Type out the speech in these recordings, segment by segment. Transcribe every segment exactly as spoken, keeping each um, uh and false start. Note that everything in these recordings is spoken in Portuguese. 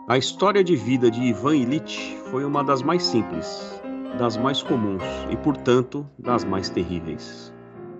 A história de vida de Ivan Ilitch foi uma das mais simples, das mais comuns e, portanto, das mais terríveis.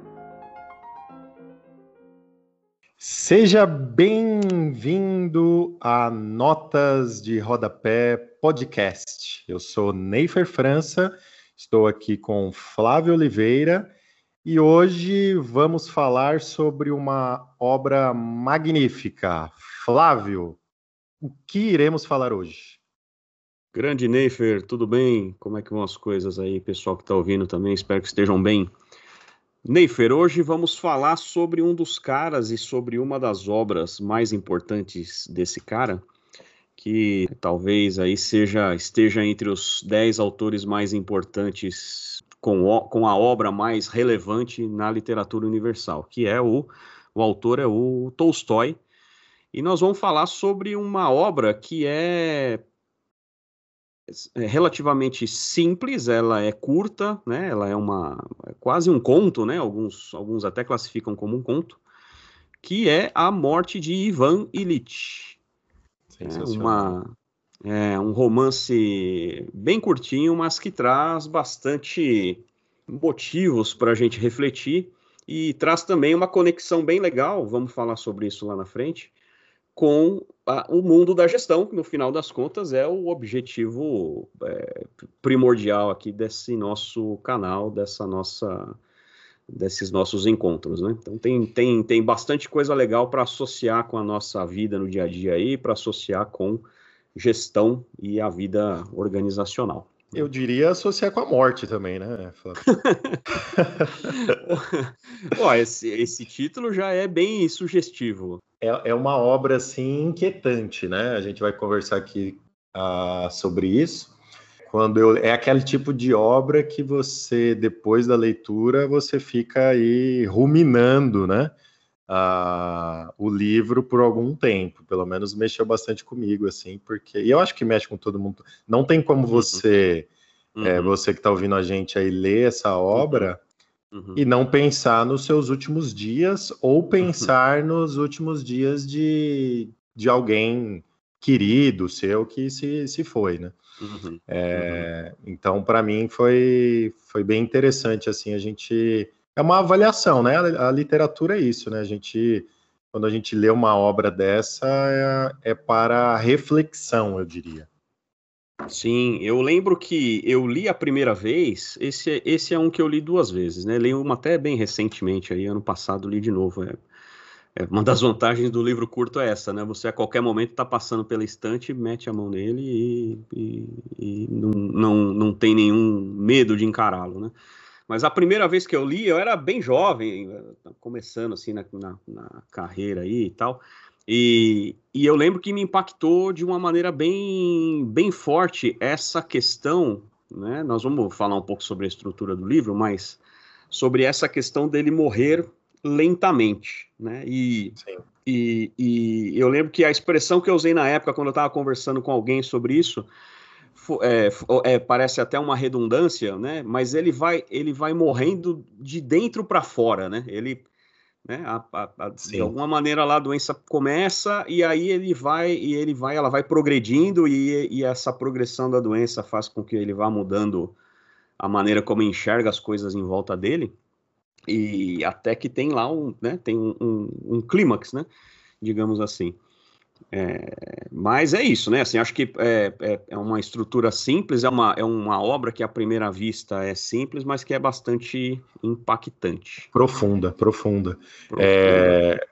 Seja bem-vindo a Notas de Rodapé Podcast. Eu sou Neifer França, estou aqui com Flávio Oliveira e hoje vamos falar sobre uma obra magnífica. Flávio, o que iremos falar hoje? Grande Neifer, tudo bem? Como é que vão as coisas aí, pessoal que está ouvindo também? Espero que estejam bem. Neifer, hoje vamos falar sobre um dos caras e sobre uma das obras mais importantes desse cara, que talvez aí seja, esteja entre os dez autores mais importantes com, o, com a obra mais relevante na literatura universal, que é o, o autor é o Tolstói, e nós vamos falar sobre uma obra que é, é relativamente simples, ela é curta, né? Ela é uma é quase um conto, né? Alguns, alguns até classificam como um conto, que é A Morte de Ivan Ilitch. É uma, é um romance bem curtinho, mas que traz bastante motivos para a gente refletir e traz também uma conexão bem legal, vamos falar sobre isso lá na frente, com a, o mundo da gestão, que no final das contas é o objetivo é, primordial aqui desse nosso canal, dessa nossa, desses nossos encontros, né? Então tem, tem, tem bastante coisa legal para associar com a nossa vida no dia a dia aí, para associar com gestão e a vida organizacional. Eu diria associar com a morte também, né, Flávio? Ó, esse, esse título já é bem sugestivo. É, é uma obra, assim, inquietante, né? A gente vai conversar aqui uh, sobre isso. Quando eu, é aquele tipo de obra que você, depois da leitura, você fica aí ruminando, né? Uh, o livro por algum tempo. Pelo menos mexeu bastante comigo, assim, porque... E eu acho que mexe com todo mundo. Não tem como você, uhum. é, você que está ouvindo a gente aí, ler essa obra... Uhum. Uhum. E não pensar nos seus últimos dias ou pensar uhum. nos últimos dias de, de alguém querido seu que se, se foi, né? Uhum. É, uhum. Então, para mim, foi, foi bem interessante, assim, a gente... É uma avaliação, né? A, a literatura é isso, né? A gente, quando a gente lê uma obra dessa, é, é para reflexão, eu diria. Sim, eu lembro que eu li a primeira vez, esse, esse é um que eu li duas vezes, né? Li uma até bem recentemente, aí ano passado li de novo. É, é, uma das vantagens do livro curto é essa, né? Você a qualquer momento está passando pela estante, mete a mão nele e, e, e não, não, não tem nenhum medo de encará-lo, né? Mas a primeira vez que eu li, eu era bem jovem, começando assim na, na, na carreira aí e tal. E, e eu lembro que me impactou de uma maneira bem, bem forte essa questão, né? Nós vamos falar um pouco sobre a estrutura do livro, mas sobre essa questão dele morrer lentamente, né? E, e, e eu lembro que a expressão que eu usei na época, quando eu estava conversando com alguém sobre isso, é, é, parece até uma redundância, né? Mas ele vai, ele vai morrendo de dentro para fora, né? Ele... Né? A, a, a, de alguma maneira lá a doença começa e aí ele vai e ele vai, ela vai progredindo e, e essa progressão da doença faz com que ele vá mudando a maneira como enxerga as coisas em volta dele e até que tem lá um, né? Tem um, um, um clímax, né? Digamos assim. É, mas é isso, né? Assim, acho que é, é, é uma estrutura simples, é uma, é uma obra que à primeira vista é simples, mas que é bastante impactante. Profunda, profunda. profunda. É,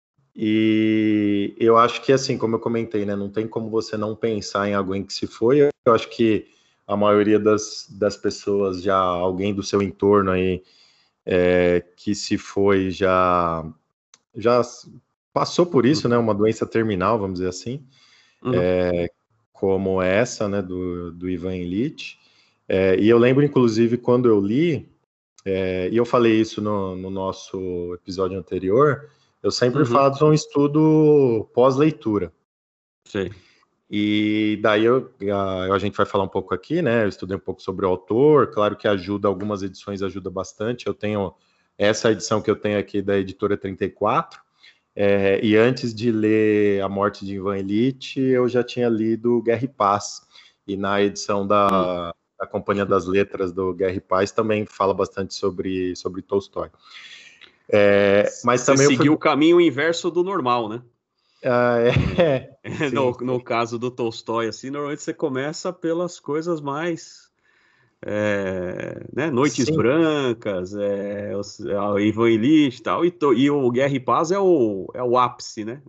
e eu acho que, assim, como eu comentei, né? Não tem como você não pensar em alguém que se foi. Eu acho que a maioria das, das pessoas, já alguém do seu entorno aí é, que se foi, já, já passou por isso, né? Uma doença terminal, vamos dizer assim, uhum. é, como essa, né? Do, do Ivan Ilitch. É, e eu lembro, inclusive, quando eu li, é, e eu falei isso no, no nosso episódio anterior, eu sempre uhum. faço um estudo pós-leitura. Sim. E daí eu, a, a gente vai falar um pouco aqui, né? Eu estudei um pouco sobre o autor, claro que ajuda, algumas edições ajuda bastante. Eu tenho essa edição que eu tenho aqui da editora trinta e quatro. É, e antes de ler A Morte de Ivan Ilitch, eu já tinha lido Guerra e Paz. E na edição da, hum. da Companhia das Letras do Guerra e Paz também fala bastante sobre, sobre Tolstói. É, mas Você também seguiu eu fui... o caminho inverso do normal, né? Ah, é, é. no, no caso do Tolstói, assim, normalmente você começa pelas coisas mais... É, né, Noites sim. Brancas, é, o, a Ivan Ilitch e tal, e, e o Guerra e Paz é o, é o ápice, né?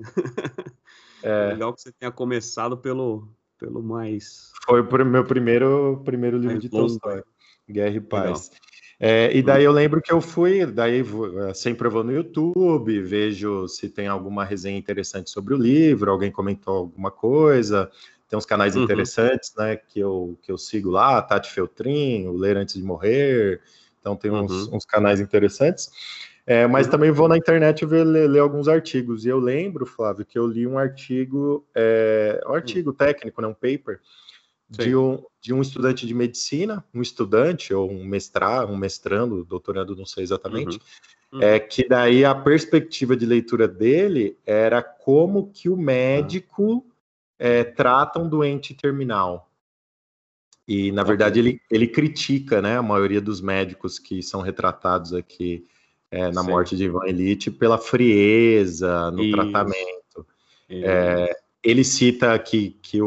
É. Legal que você tenha começado pelo, pelo mais... Foi o meu primeiro, primeiro livro de longo, Tolstói, Guerra e Paz. Legal. É, e daí eu lembro que eu fui, daí sempre eu vou no YouTube, vejo se tem alguma resenha interessante sobre o livro, alguém comentou alguma coisa, tem uns canais uhum. interessantes, né, que eu, que eu sigo lá, Tati Feltrin, o Ler Antes de Morrer, então tem uns, Uhum. uns canais interessantes, é, mas uhum. também vou na internet ver, ler, ler alguns artigos, e eu lembro, Flávio, que eu li um artigo, é, um artigo uhum. técnico, né, um paper, de um, de um estudante de medicina, um estudante, ou um mestrado, um mestrando, doutorando, não sei exatamente, uhum. Uhum. É, que daí a perspectiva de leitura dele era como que o médico é, trata um doente terminal. E, na verdade, okay. ele, ele critica, né, a maioria dos médicos que são retratados aqui é, na Sim. morte de Ivan Ilitch pela frieza no Isso. tratamento. Isso. É, ele cita aqui que o,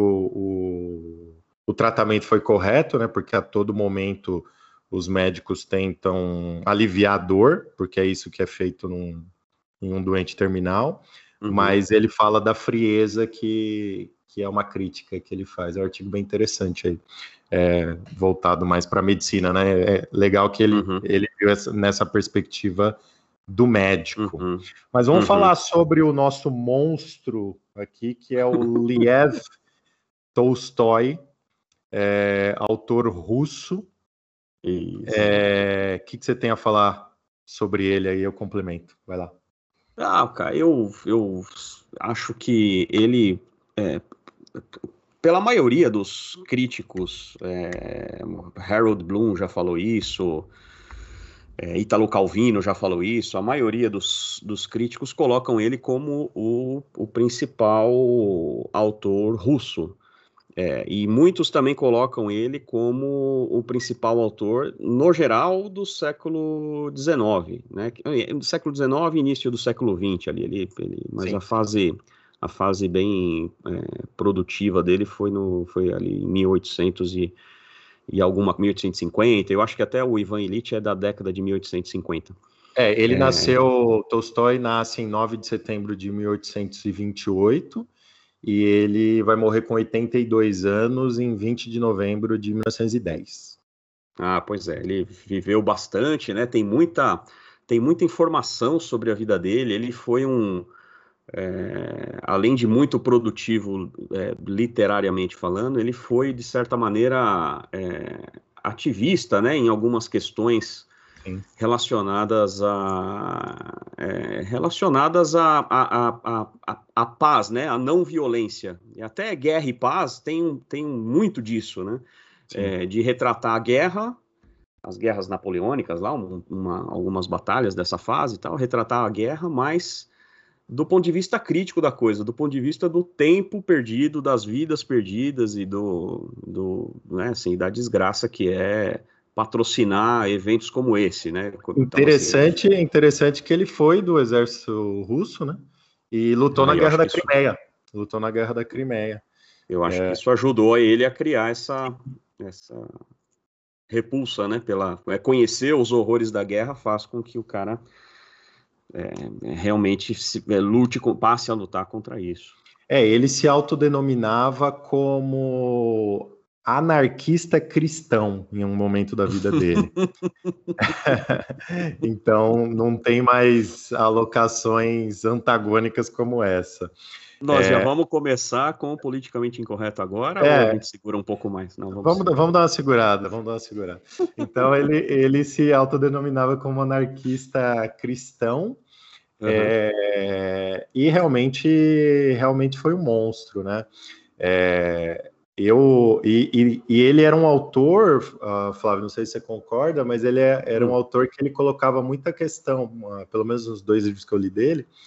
o O tratamento foi correto, né? Porque a todo momento os médicos tentam aliviar a dor, porque é isso que é feito num, em um doente terminal. Uhum. Mas ele fala da frieza que, que é uma crítica que ele faz. É um artigo bem interessante aí, é, voltado mais para a medicina, né? É legal que ele, uhum. ele viu essa, nessa perspectiva do médico. Uhum. Mas vamos uhum. falar sobre o nosso monstro aqui, que é o Lev Tolstói. É, autor russo. O é, que, que você tem a falar sobre ele aí? Eu complemento. Vai lá. Ah, cara, eu, eu acho que ele, é, pela maioria dos críticos, é, Harold Bloom já falou isso, é, Italo Calvino já falou isso, a maioria dos, dos críticos colocam ele como o, o principal autor russo. É, e muitos também colocam ele como o principal autor, no geral, do século dezenove, né? Do século dezenove e início do século vinte ali, ali, ali mas Sim. a fase, a fase bem é, produtiva dele foi, no, foi ali em mil e oitocentos e, e alguma, mil oitocentos e cinquenta, eu acho que até o Ivan Ilitch é da década de mil oitocentos e cinquenta. É, ele é... nasceu, Tolstói nasce em nove de setembro de mil oitocentos e vinte e oito, e ele vai morrer com oitenta e dois anos em vinte de novembro de mil novecentos e dez. Ah, pois é, ele viveu bastante, né? Tem muita, tem muita informação sobre a vida dele. Ele foi um, é, além de muito produtivo, é, literariamente falando, ele foi, de certa maneira, é, ativista, né? Em algumas questões Sim. relacionadas a é, relacionadas a, a, a, a, a paz, né, a não violência, e até Guerra e Paz tem, tem muito disso, né, é, de retratar a guerra, as guerras napoleônicas lá, uma, algumas batalhas dessa fase e tal, retratar a guerra, mas do ponto de vista crítico da coisa, do ponto de vista do tempo perdido, das vidas perdidas e do, do né, assim, da desgraça que é patrocinar eventos como esse, né? Interessante, então, assim, interessante que ele foi do exército russo, né? E lutou ah, na Guerra da Crimeia. Isso... Lutou na Guerra da Crimeia. Eu acho é... que isso ajudou ele a criar essa, essa repulsa, né? Pela é, conhecer os horrores da guerra faz com que o cara é, realmente se, é, lute, passe a lutar contra isso. É, ele se autodenominava como anarquista cristão em um momento da vida dele. Então, não tem mais alocações antagônicas como essa. Nós é... já vamos começar com o politicamente incorreto agora, é... ou a gente segura um pouco mais? Não, vamos, vamos, vamos dar uma segurada, vamos dar uma segurada. Então, ele, ele se autodenominava como anarquista cristão, uhum. é... e realmente, realmente foi um monstro, né? É... Eu, e, e, e ele era um autor, uh, Flávio, não sei se você concorda, mas ele é, era um hum. autor que ele colocava muita questão, uh, pelo menos nos dois livros que eu li dele,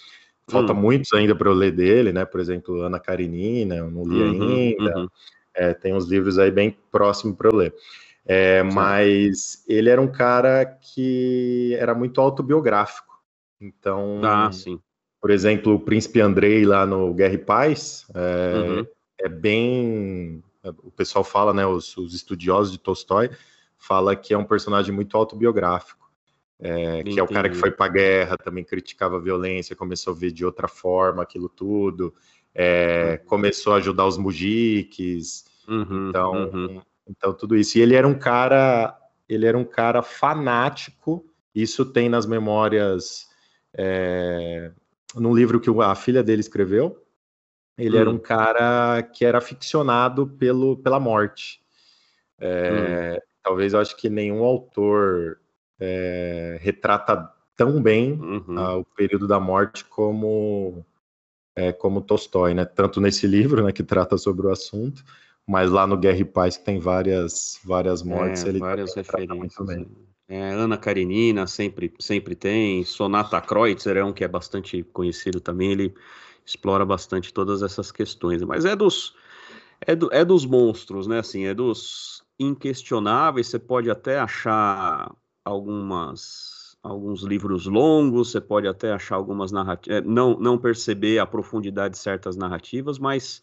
falta Hum. muitos ainda para eu ler dele, né? Por exemplo, Ana Karenina, eu não li Uhum, ainda. uhum. É, tem uns livros aí bem próximos para eu ler. É, mas ele era um cara que era muito autobiográfico. Então, Ah, sim. por exemplo, o Príncipe Andrei lá no Guerra e Paz é, Uhum. é bem... O pessoal fala, né? Os, os estudiosos de Tolstói fala que é um personagem muito autobiográfico. É, que é o cara que Entendi. foi para a guerra, também criticava a violência, começou a ver de outra forma aquilo tudo, é, começou a ajudar os mujiques, Uhum, então, uhum. então tudo isso. E ele era um cara, ele era um cara fanático. Isso tem nas memórias, é, num livro que a filha dele escreveu. Ele era um Hum, cara que era aficionado pelo, pela morte. hum. É, talvez eu acho que nenhum autor é, retrata tão bem Uhum. ah, o período da morte como é, como Tolstói, né? Tanto nesse livro, né, que trata sobre o assunto, mas lá no Guerra e Paz, que tem várias várias mortes, É, ele também várias retrata muito referências. bem. É. É, Ana Karenina sempre, sempre tem. Sonata Kreutzer é um que é bastante conhecido também. Ele explora bastante todas essas questões. Mas é dos, é do, é dos monstros, né? Assim, é dos inquestionáveis. Você pode até achar algumas, alguns livros longos. Você pode até achar algumas narrativas. Não, não perceber a profundidade de certas narrativas, mas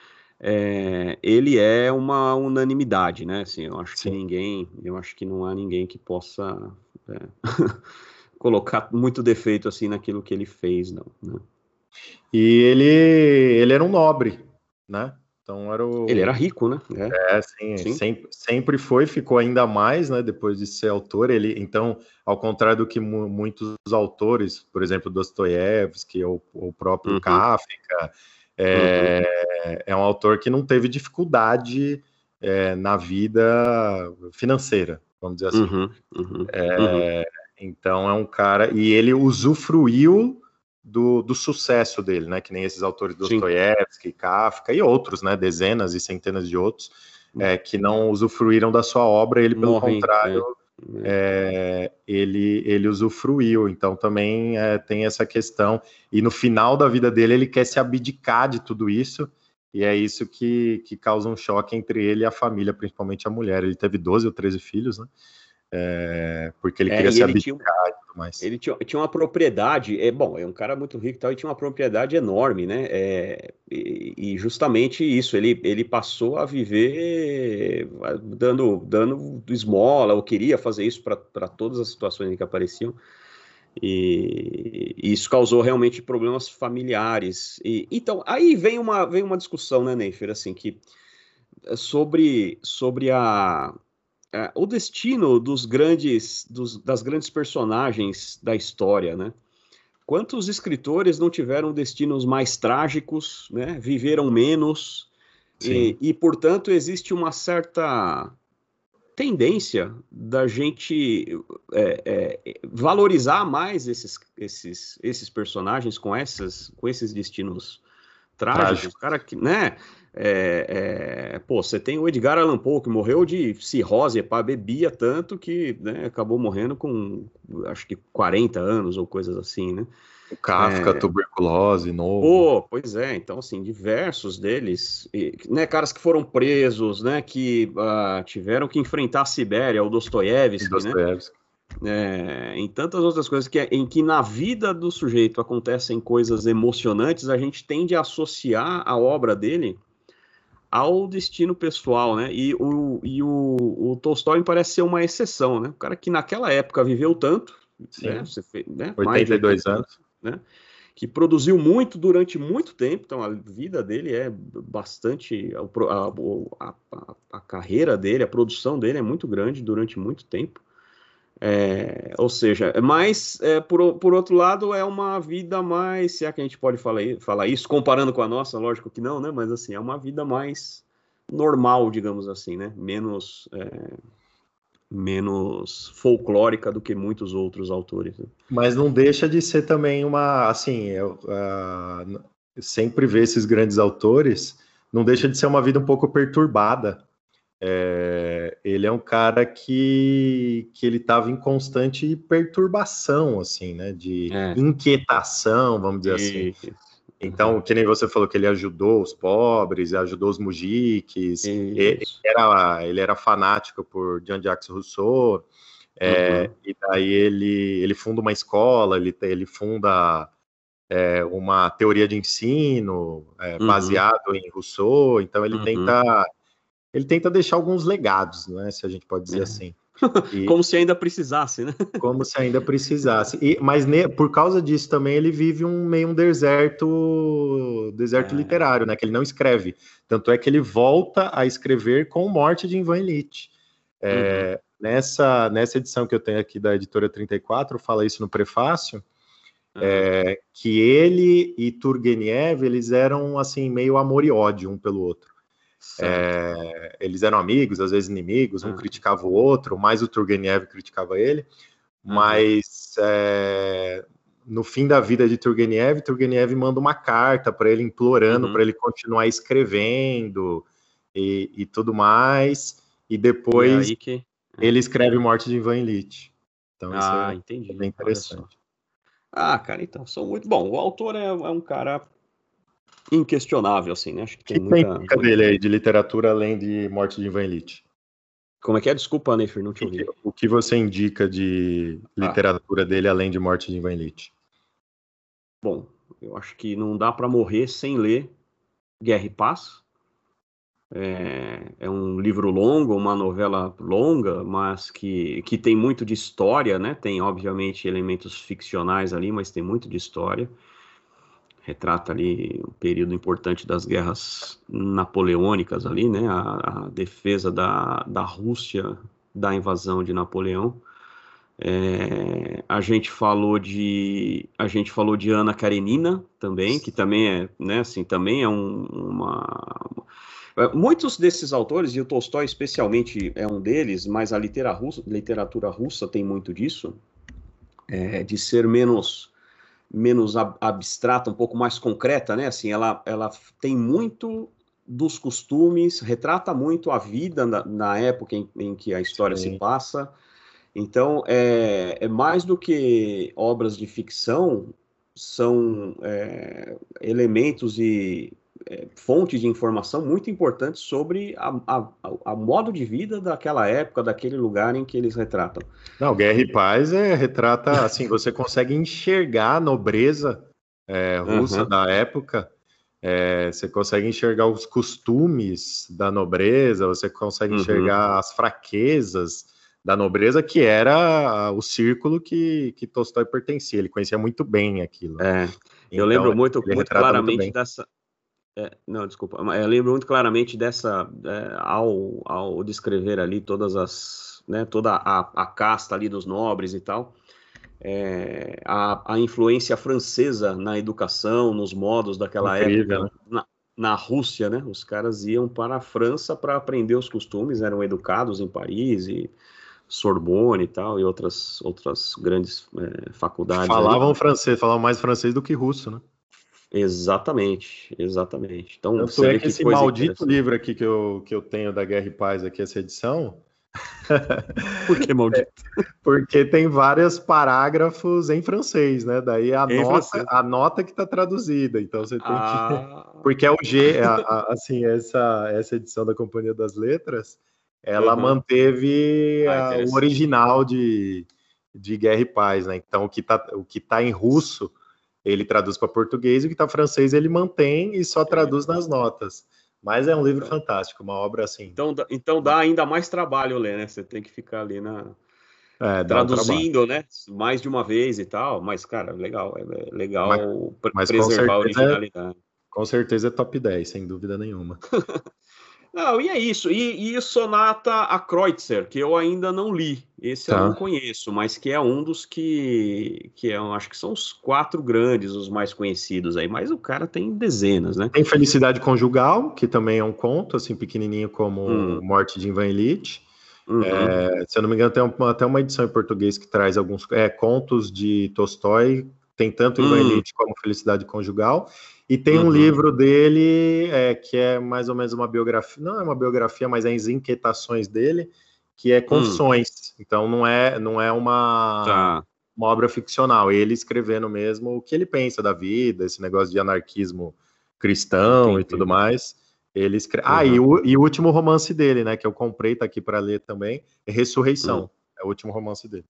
é, ele é uma unanimidade, né? Assim, eu acho que Sim. ninguém, eu acho que não há ninguém que possa é, colocar muito defeito assim naquilo que ele fez, não, né? E ele ele era um nobre, né? Então era Ele era o rico, né? É, É, sim, sim. sempre, sempre foi, ficou ainda mais, né, depois de ser autor. Ele, então, ao contrário do que mu muitos autores, por exemplo, Dostoiévski ou o próprio Uhum, Kafka, uhum, é, é um autor que não teve dificuldade é, na vida financeira, vamos dizer assim. uhum, uhum, uhum. Então é um cara, e ele usufruiu do, do sucesso dele, né? Que nem esses autores Sim. Dostoiévski, Kafka e outros, né? Dezenas e centenas de outros, é, que não usufruíram da sua obra. Ele, pelo Morrem. É, contrário, é. é, ele, ele usufruiu. Então também é, tem essa questão. E no final da vida dele, ele quer se abdicar de tudo isso. E é isso que, que causa um choque entre ele e a família, principalmente a mulher. Ele teve doze ou treze filhos, né? É, porque ele É, queria e se ele tinha, abdicar e tudo mais. Ele tinha, tinha uma propriedade, é bom, é um cara muito rico e tal, e tinha uma propriedade enorme, né? É, e, e justamente isso, ele, ele passou a viver dando, dando esmola, ou queria fazer isso para todas as situações em que apareciam, e, e isso causou realmente problemas familiares. E, então, aí vem uma, vem uma discussão, né, Neifer, assim, que é sobre, sobre a é, o destino dos grandes, dos, das grandes personagens da história, né? Quantos escritores não tiveram destinos mais trágicos, né? Viveram menos e, Sim, e, portanto, existe uma certa tendência da gente é, é, valorizar mais esses, esses, esses personagens com essas, com esses destinos trágicos, trágico. cara que, né? É, é, pô, você tem o Edgar Allan Poe que morreu de cirrose, pá, bebia tanto que, né, acabou morrendo com, acho que quarenta anos ou coisas assim, né? O Kafka, tuberculose, novo. Pô, pois é, então assim, diversos deles, e, né, caras que foram presos, né, que ah, tiveram que enfrentar a Sibéria, o E Dostoiévski, né? Dostoiévski. É, em tantas outras coisas que, em que na vida do sujeito acontecem coisas emocionantes, a gente tende a associar a obra dele ao destino pessoal, né? E o, e o, o Tolstói me parece ser uma exceção, né? O cara que naquela época viveu tanto, né? Sim, Você fez, né? Mais de oitenta e dois oitenta anos, anos. né? Que produziu muito durante muito tempo, então a vida dele é bastante, a, a, a, a carreira dele, a produção dele é muito grande durante muito tempo. É, ou seja, mas é, por, por outro lado é uma vida mais, se é que a gente pode falar, falar isso, comparando com a nossa, lógico que não, né? Mas assim, é uma vida mais normal, digamos assim, né? Menos, é, menos folclórica do que muitos outros autores, né? Mas não deixa de ser também uma, assim, eu, uh, sempre ver esses grandes autores, não deixa de ser uma vida um pouco perturbada, é, ele é um cara que, que ele estava em constante perturbação, assim, né? De É, inquietação, vamos dizer assim. isso. Então, que nem você falou que ele ajudou os pobres, ajudou os mujiques, ele Isso. era, ele era fanático por Jean-Jacques Rousseau, é, Uhum. e daí ele, ele funda uma escola, ele, ele funda é, uma teoria de ensino é, Uhum. baseado em Rousseau, então ele Uhum. tenta, ele tenta deixar alguns legados, né, se a gente pode dizer É. assim. E Como se ainda precisasse, né? como se ainda precisasse. E, mas ne, por causa disso também ele vive um meio um deserto, deserto É. literário, né? Que ele não escreve. Tanto é que ele volta a escrever com Morte de Ivan Illich. Uhum. É, nessa, nessa edição que eu tenho aqui da editora trinta e quatro, fala isso no prefácio, Uhum. é, que ele e Turgenev, eles eram assim meio amor e ódio um pelo outro. Certo. É, eles eram amigos, às vezes inimigos, um Uhum. criticava o outro, mais o Turgenev criticava ele. Uhum. Mas é, no fim da vida de Turgenev, Turgenev manda uma carta para ele implorando para Uhum. ele continuar escrevendo e, e, tudo mais. E E é depois aí que. É. ele escreve Morte de Ivan Illich. Então isso Ah, é, é entendi. bem Olha só. interessante. Ah, cara, então, são muito. Bom, o autor é, é um cara inquestionável, assim, né? Acho que O tem que você muita, indica muita. dele aí de literatura além de Morte de Ivan Illich? Como é que é? Desculpa, Nefer, não te O que, ouvi. o que você indica de Ah, literatura dele além de Morte de Ivan Illich? bom, eu acho que não dá para morrer sem ler Guerra e Paz. É, é um livro longo, uma novela longa, mas que, que tem muito de história, né? Tem, obviamente, elementos ficcionais ali, mas tem muito de história. Retrata ali um período importante das guerras napoleônicas ali, né? A, a defesa da, da Rússia da invasão de Napoleão. É, a gente falou de a gente falou de Ana Karenina também, que também é, né, assim, também é um, uma muitos desses autores, e o Tolstói especialmente é um deles, mas a literatura russa, literatura russa tem muito disso, é, de ser menos menos ab abstrata, um pouco mais concreta, né? Assim, ela ela tem muito dos costumes, retrata muito a vida na, na época em, em que a história se Sim. passa. Então, é, é mais do que obras de ficção, são é, elementos e é, fontes de informação muito importantes sobre a, a, a modo de vida daquela época, daquele lugar em que eles retratam. Não, Guerra e Paz é, retrata, assim, você consegue enxergar a nobreza é, russa Uhum, da época, é, você consegue enxergar os costumes da nobreza, você consegue uhum, enxergar as fraquezas da nobreza, que era o círculo que, que Tolstói pertencia, ele conhecia muito bem aquilo, né? é. Eu Então, lembro muito, ele muito retrata muito claramente bem. dessa. É, não, desculpa. mas Eu lembro muito claramente dessa, é, ao, ao descrever ali todas as, né, toda a, a casta ali dos nobres e tal, é, a, a influência francesa na educação, nos modos daquela Incrível, né? época, na, na Rússia, né? Os caras iam para a França para aprender os costumes, eram educados em Paris e Sorbonne e tal, e outras, outras grandes é, faculdades ali. Falavam francês, falavam mais francês do que russo, né? Exatamente, exatamente. Então, Tanto você é vê que que esse coisa maldito interessante. livro aqui que eu, que eu tenho da Guerra e Paz, aqui, essa edição, Por que maldito? porque tem vários parágrafos em francês, né? Daí a Em nota, francês. a nota que está traduzida. Então você tem que. Ah, Porque é o G, a- a- assim, essa, essa edição da Companhia das Letras, ela aham. manteve Ah, a- o interessante. original de, de Guerra e Paz, né? Então o que está o que tá em russo, ele traduz para português, e o que está francês ele mantém e só Ele- traduz nas notas. Mas é um livro Então, fantástico, uma obra assim. então, dá- então dá ainda mais trabalho ler, né? Você tem que ficar ali na, É, dá um trabalho. traduzindo, né? Mais de uma vez e tal. Mas, cara, legal. É é Mas, legal pre- mas com preservar a certeza é originalidade. Com certeza é top dez, sem dúvida nenhuma. Não, e é isso. E, e Sonata a Kreutzer, que eu ainda não li. Esse eu não Tá. conheço, mas que é um dos que, que é, acho que são os quatro grandes, os mais conhecidos aí. Mas o cara tem dezenas, né? Tem Felicidade Conjugal, que também é um conto, assim, pequenininho como Hum, Morte de Ivan Illich. uhum, É, se eu não me engano, tem uma, até uma edição em português que traz alguns é, contos de Tolstói, tem tanto Ivan hum, Illich como Felicidade Conjugal. E tem Uhum. um livro dele é, que é mais ou menos uma biografia, não é uma biografia, mas é as inquietações dele, que é Hum, Confissões. Então não é, não é uma, tá, uma obra ficcional, ele escrevendo mesmo o que ele pensa da vida, esse negócio de anarquismo cristão e tudo entendi. mais. Ele escreve... Ah, e Uhum. o, e o último romance dele, né, que eu comprei, tá aqui para ler também, é Hum. Ressurreição. É o último romance dele.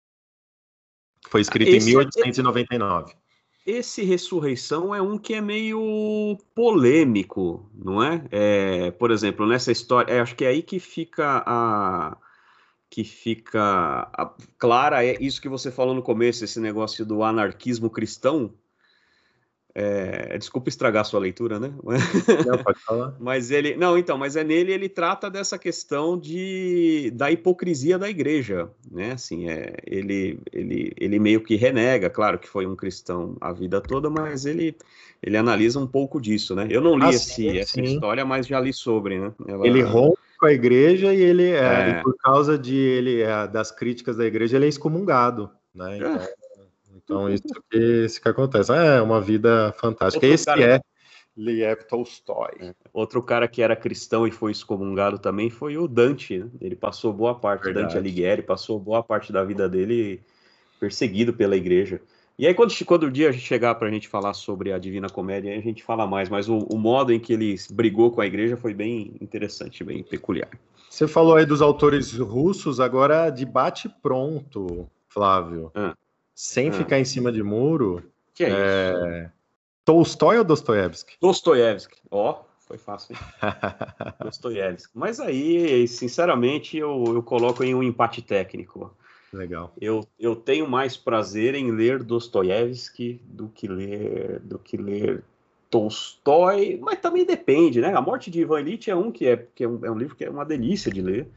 Foi Ah, escrito em Esse, é- mil oitocentos e noventa e nove. esse Ressurreição é um que é meio polêmico, não é? É, por exemplo, nessa história, é, acho que é aí que fica a que fica a- clara é isso que você falou no começo, esse negócio do anarquismo cristão. É, desculpa estragar a sua leitura, né? Não, pode falar. Mas ele, não, então, mas é nele ele trata dessa questão de da hipocrisia da igreja, né? Assim, é, ele, ele, ele meio que renega, claro que foi um cristão a vida toda, mas ele, ele analisa um pouco disso, né? Eu não Ah, li sim, esse, essa sim. história, mas já li sobre, né? Ele Ela, rompe com a igreja e ele é, e é, por causa de ele é, das críticas da igreja ele é excomungado, né? é, Então, então isso que isso que acontece. É uma vida fantástica. outro Esse cara, é Lev Tolstói. é, outro cara que era cristão e foi excomungado também foi o Dante, né? Ele passou boa parte, Dante Verdade. Alighieri passou boa parte da vida dele perseguido pela igreja. E aí, quando, quando o dia a gente chegar para a gente falar sobre a Divina Comédia, aí a gente fala mais, mas o, o modo em que ele brigou com a igreja foi bem interessante, bem peculiar. Você falou aí dos autores russos, agora debate pronto, Flávio. Ah, Sem ah, ficar em cima de muro. que é isso? É... Tolstói ou Dostoiévski? Dostoiévski. Ó, foi fácil, hein? Dostoiévski. Mas aí, sinceramente, eu, eu coloco em um empate técnico. Legal. Eu, eu tenho mais prazer em ler Dostoiévski do que ler, do que ler Tolstói, mas também depende, né? A Morte de Ivan Ilitch é um que é, que é, um, é um livro que é uma delícia de ler.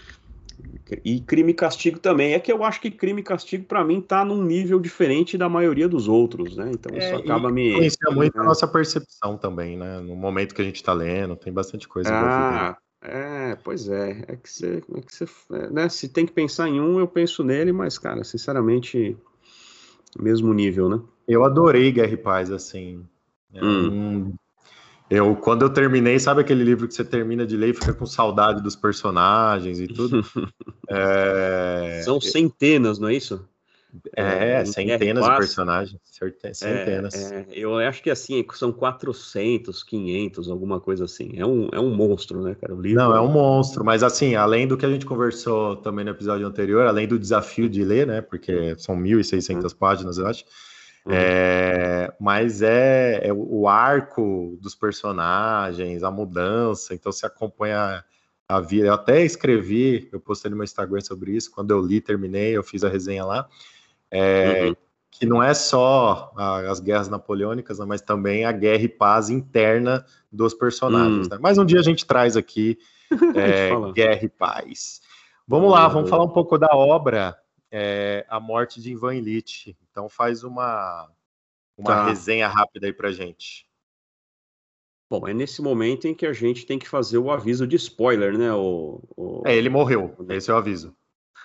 E Crime e Castigo também. É que eu acho que Crime e Castigo, para mim, tá num nível diferente da maioria dos outros, né? Então isso É, e acaba me. influencia muito a É, nossa percepção também, né? No momento que a gente está lendo, tem bastante coisa envolvida aí. ah, é, pois é. É que você. É que você é, né? Se tem que pensar em um, eu penso nele, mas, cara, sinceramente, mesmo nível, né? Eu adorei Guerra e Paz, assim. É Hum. um... eu, quando eu terminei, sabe aquele livro que você termina de ler e fica com saudade dos personagens e tudo? É, São centenas, não é isso? É, é em Guerra e centenas de Paz. personagens, É, centenas. é, eu acho que assim, são quatrocentos, quinhentos, alguma coisa assim. É um, é um monstro, né, cara? O Não, é um livro. monstro, mas assim, além do que a gente conversou também no episódio anterior, além do desafio de ler, né? Porque são mil e seiscentas páginas, eu acho. Uhum. É, mas é, é o arco dos personagens, a mudança, então você acompanha a vida. Eu até escrevi, eu postei no meu Instagram sobre isso, quando eu li, terminei, eu fiz a resenha lá, é, Uhum. que não é só a, as guerras napoleônicas, né, mas também a guerra e paz interna dos personagens. Hum. Né? Mas um dia a gente traz aqui A gente é, fala. Guerra e Paz. Vamos lá, Boa, vamos boa. falar um pouco da obra é, A Morte de Ivan Ilitch. Então faz uma uma Tá. resenha rápida aí pra gente. Bom, é nesse momento em que a gente tem que fazer o aviso de spoiler, né? O, É, o... ele morreu. Esse é o aviso.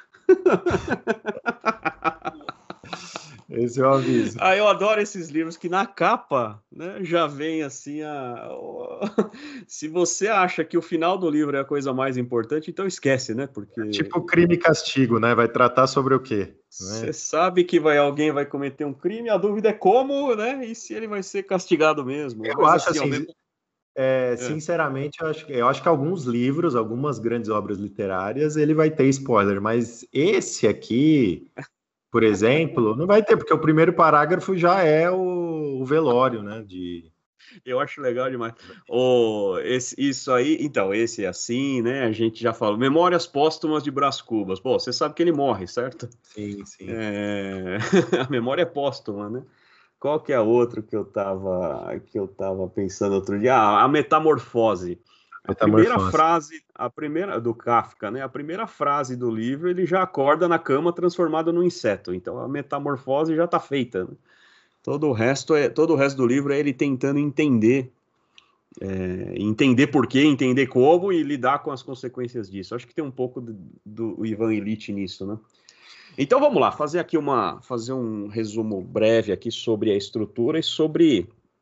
Esse é o aviso. Ah, eu adoro esses livros que na capa, né, já vem assim a... Se você acha que o final do livro é a coisa mais importante, então esquece, né? Porque Tipo Crime e Castigo, né? Vai tratar sobre o quê? você Né? sabe que vai, alguém vai cometer um crime, a dúvida é como, né? E se ele vai ser castigado mesmo. Eu Mas acho assim, ao assim, mesmo... é, É. sinceramente, eu acho, eu acho que alguns livros, algumas grandes obras literárias, ele vai ter spoiler, mas esse aqui, por exemplo, não vai ter, porque o primeiro parágrafo já é o, o velório, né? De... Eu acho legal demais. Oh, esse, isso aí, então, esse é assim, né? A gente já falou. Memórias Póstumas de Brás Cubas. Pô, você sabe que ele morre, certo? Sim, sim. É... a memória é póstuma, né? Qual que é a outra que eu tava, que eu tava pensando outro dia? Ah, a Metamorfose. A primeira Metamorfose. frase, a primeira do Kafka, né? A primeira frase do livro, ele já acorda na cama transformado num inseto. Então a metamorfose já tá feita, né? Todo o resto é, todo o resto do livro é ele tentando entender, é, entender por quê, entender como e lidar com as consequências disso. Acho que tem um pouco do, do Ivan Ilitch nisso, né? Então vamos lá, fazer aqui uma, fazer um resumo breve aqui sobre a estrutura e sobre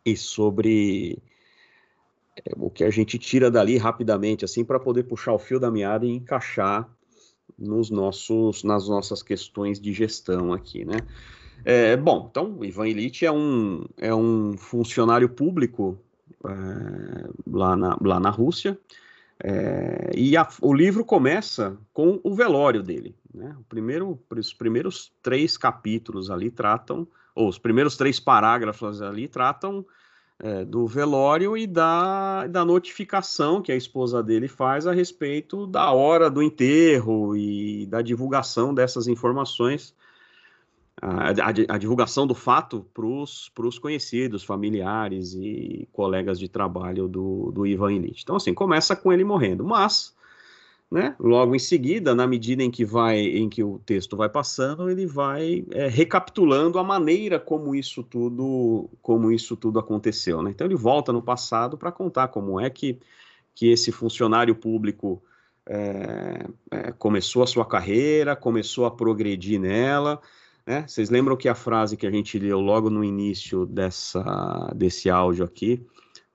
e sobre é, o que a gente tira dali rapidamente, assim, para poder puxar o fio da meada e encaixar nos nossos, nas nossas questões de gestão aqui, né? É, bom, então, o Ivan Ilitch é um, é um funcionário público é, lá, na, lá na Rússia, é, e a, o livro começa com o velório dele, né? O primeiro, os primeiros três capítulos ali tratam, ou os primeiros três parágrafos ali tratam é, do velório e da, da notificação que a esposa dele faz a respeito da hora do enterro e da divulgação dessas informações, a, a, a divulgação do fato para os conhecidos, familiares e colegas de trabalho do, do Ivan Ilitch. Então, assim, começa com ele morrendo, mas, né, logo em seguida, na medida em que, vai, em que o texto vai passando, ele vai é, recapitulando a maneira como isso tudo, como isso tudo aconteceu, né? Então, ele volta no passado para contar como é que, que esse funcionário público é, é, começou a sua carreira, começou a progredir nela, né? Vocês lembram que a frase que a gente leu logo no início dessa, desse áudio aqui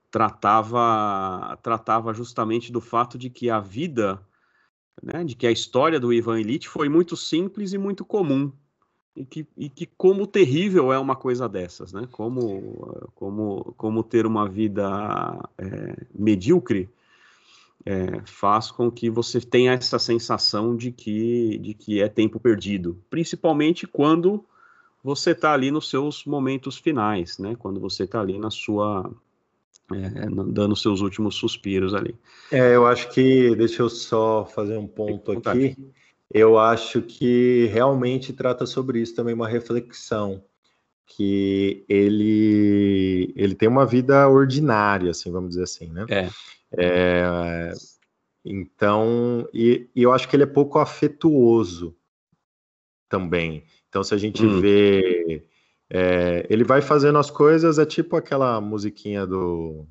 tratava, tratava justamente do fato de que a vida, né, de que a história do Ivan Ilitch foi muito simples e muito comum, e que, e que como terrível é uma coisa dessas, né? Como, como, como ter uma vida é, medíocre É, faz com que você tenha essa sensação de que, de que é tempo perdido, principalmente quando você está ali nos seus momentos finais, né? Quando você está ali na sua, é, dando seus últimos suspiros ali. É, eu acho que, deixa eu só fazer um ponto aqui, eu acho que realmente trata sobre isso também, uma reflexão, que ele, ele tem uma vida ordinária, assim, vamos dizer assim, né? É. É, então, e, e eu acho que ele é pouco afetuoso também. Então, se a gente hum. vê, é, ele vai fazendo as coisas, é tipo aquela musiquinha do,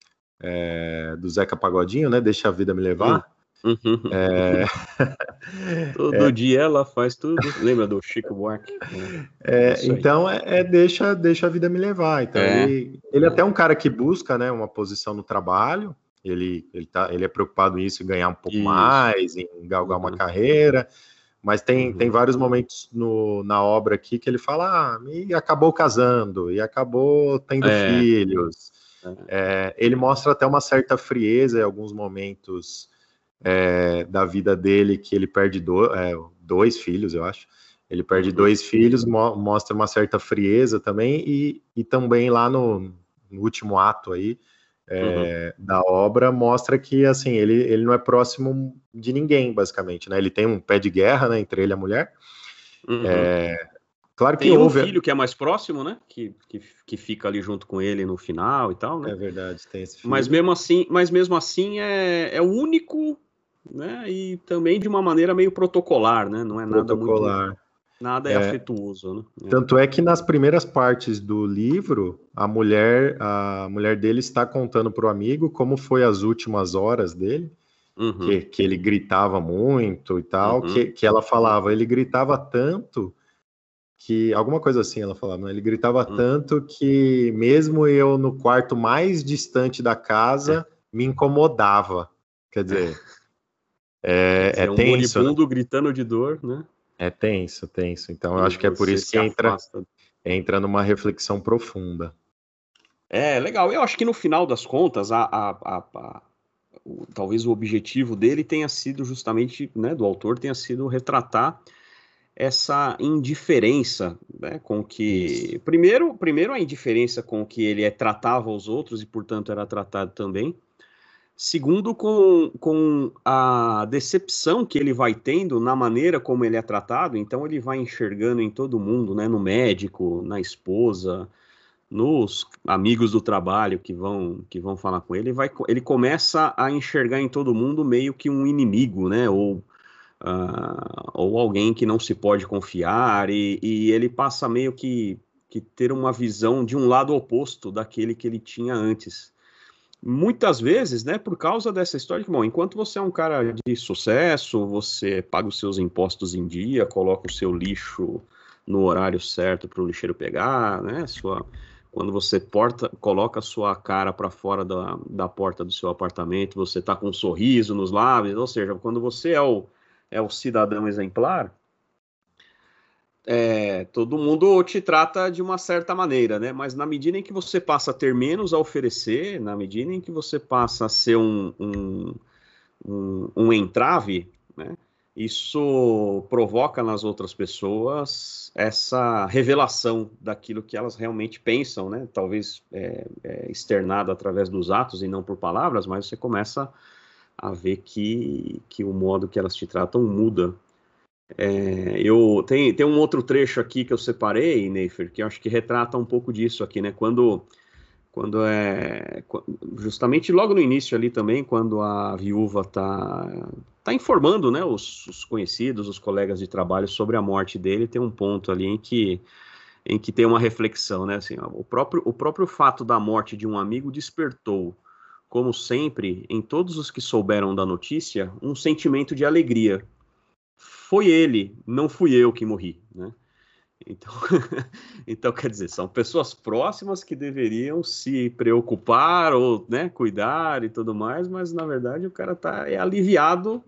é, do Zeca Pagodinho, né? Deixa a vida me levar. Hum. Uhum. É... Todo é... dia ela faz tudo. Lembra do Chico Buarque? É, é, então, é, é deixa, deixa a vida me levar. Então, é. ele, ele é até um cara que busca, né, uma posição no trabalho. Ele, ele, tá, ele é preocupado nisso, em ganhar um pouco Isso. mais, em galgar uhum. uma carreira. Mas tem, uhum. tem vários momentos no, na obra aqui que ele fala, ah, e acabou casando, e acabou tendo é. filhos. É. É, ele mostra até uma certa frieza em alguns momentos é, da vida dele, que ele perde do, é, dois filhos, eu acho. Ele perde uhum. dois filhos, mo mostra uma certa frieza também, e, e também lá no, no último ato aí, É, uhum. da obra, mostra que assim, ele, ele não é próximo de ninguém, basicamente, né? Ele tem um pé de guerra, né, entre ele e a mulher. Uhum. É, claro que tem houve... um filho que é mais próximo, né? Que, que, que fica ali junto com ele no final e tal, né? É verdade, tem esse filho. Mas mesmo assim, mas mesmo assim é, é o único, né? E também de uma maneira meio protocolar, né? Não é nada protocolar. muito... Nada é, é afetuoso, né? Tanto é que nas primeiras partes do livro, a mulher, a mulher dele está contando para o amigo como foi as últimas horas dele, uhum. que, que ele gritava muito e tal, uhum. que, que ela falava, ele gritava tanto que, alguma coisa assim ela falava, né? Ele gritava uhum. tanto que mesmo eu no quarto mais distante da casa, é. me incomodava. Quer dizer, é, é, é um tenso, moribundo né? gritando de dor, né? É tenso, tenso. Então, eu acho que é por isso que entra, entra numa reflexão profunda. É, legal. Eu acho que no final das contas, a, a, a, a, o, talvez o objetivo dele tenha sido justamente, né, do autor, tenha sido retratar essa indiferença, né, com que... Primeiro, primeiro a indiferença com que ele é, tratava os outros e, portanto, era tratado também. Segundo, com, com a decepção que ele vai tendo na maneira como ele é tratado, então ele vai enxergando em todo mundo, né, no médico, na esposa, nos amigos do trabalho que vão, que vão falar com ele, vai, ele começa a enxergar em todo mundo meio que um inimigo, né, ou, uh, ou alguém que não se pode confiar, e, e ele passa meio que, que ter uma visão de um lado oposto daquele que ele tinha antes. Muitas vezes, né, por causa dessa história que, bom, enquanto você é um cara de sucesso, você paga os seus impostos em dia, coloca o seu lixo no horário certo para o lixeiro pegar, né, sua, quando você porta, coloca a sua cara para fora da, da porta do seu apartamento, você está com um sorriso nos lábios, ou seja, quando você é o, é o cidadão exemplar, é, todo mundo te trata de uma certa maneira, né? Mas na medida em que você passa a ter menos a oferecer, na medida em que você passa a ser um, um, um, um entrave, né? Isso provoca nas outras pessoas essa revelação daquilo que elas realmente pensam, né? Talvez é, é, externado através dos atos e não por palavras, mas você começa a ver que, que o modo que elas te tratam muda. É, eu tem, tem um outro trecho aqui que eu separei, Neifer, que eu acho que retrata um pouco disso aqui, né? Quando, quando é justamente logo no início ali também, quando a viúva tá, tá informando, né, os, os conhecidos, os colegas de trabalho sobre a morte dele, tem um ponto ali em que, em que tem uma reflexão, né? Assim, ó, o próprio, o próprio fato da morte de um amigo despertou, como sempre, em todos os que souberam da notícia, um sentimento de alegria. Foi ele, não fui eu que morri, né? Então, então, quer dizer, são pessoas próximas que deveriam se preocupar ou, né, cuidar e tudo mais, mas na verdade o cara tá é aliviado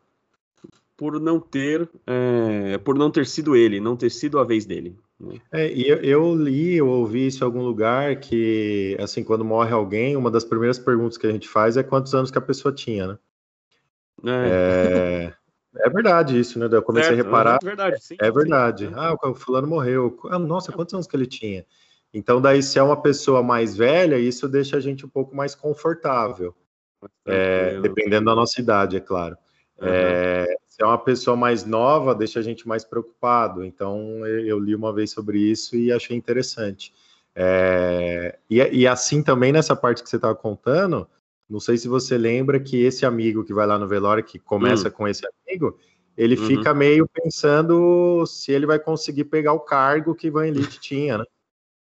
por não ter, é, por não ter sido ele, não ter sido a vez dele, né? É, e eu, eu li, eu ouvi isso em algum lugar que, assim, quando morre alguém, uma das primeiras perguntas que a gente faz é quantos anos que a pessoa tinha, né? É, É, é verdade isso, né? Daí eu comecei a certo, uhum, reparar, verdade, sim, é sim. verdade. É, Ah, o fulano morreu. Ah, nossa, quantos anos que ele tinha? Então, daí, se é uma pessoa mais velha, isso deixa a gente um pouco mais confortável, é, tranquilo. dependendo da nossa idade, é claro. Uhum, É, se é uma pessoa mais nova, deixa a gente mais preocupado. Então, eu, eu li uma vez sobre isso e achei interessante. É, e, e assim também nessa parte que você estava contando, não sei se você lembra que esse amigo que vai lá no velório, que começa hum, com esse amigo, ele uhum. fica meio pensando se ele vai conseguir pegar o cargo que Van Elite tinha, né?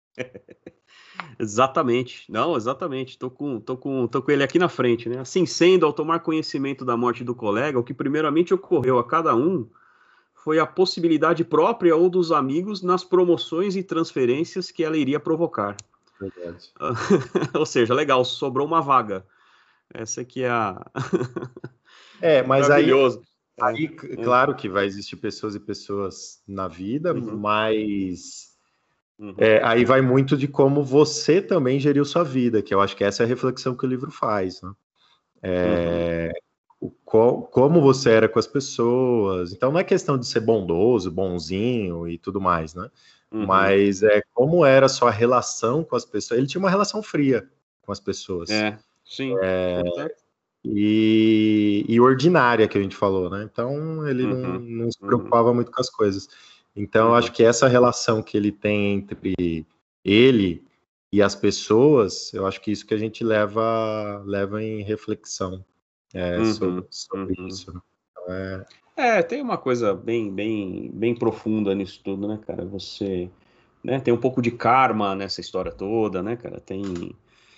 Exatamente, não, exatamente. Tô com, tô com, tô com ele aqui na frente, né? Assim sendo, ao tomar conhecimento da morte do colega, o que primeiramente ocorreu a cada um foi a possibilidade própria ou dos amigos nas promoções e transferências que ela iria provocar. Verdade. Ou seja, legal, sobrou uma vaga. Essa aqui é a É, mas aí, maravilhoso. É, aí, é, claro que vai existir pessoas e pessoas na vida, uhum, mas uhum, é, aí vai muito de como você também geriu sua vida, que eu acho que essa é a reflexão que o livro faz, né? uhum, É, o, co, como você era com as pessoas. Então não é questão de ser bondoso, bonzinho e tudo mais, né? uhum. Mas é como era a sua relação com as pessoas. Ele tinha uma relação fria com as pessoas. É, sim, portanto. E, e ordinária que a gente falou, né? Então ele não, Uhum, não se uhum, preocupava muito com as coisas. Então eu acho uhum, que essa relação que ele tem entre ele e as pessoas, eu acho que isso que a gente leva, leva em reflexão é, sobre, uhum, sobre uhum. isso, né? Então, é, É, tem uma coisa bem, bem, bem profunda nisso tudo, né, cara? Você, né, tem um pouco de karma nessa história toda, né, cara? Tem,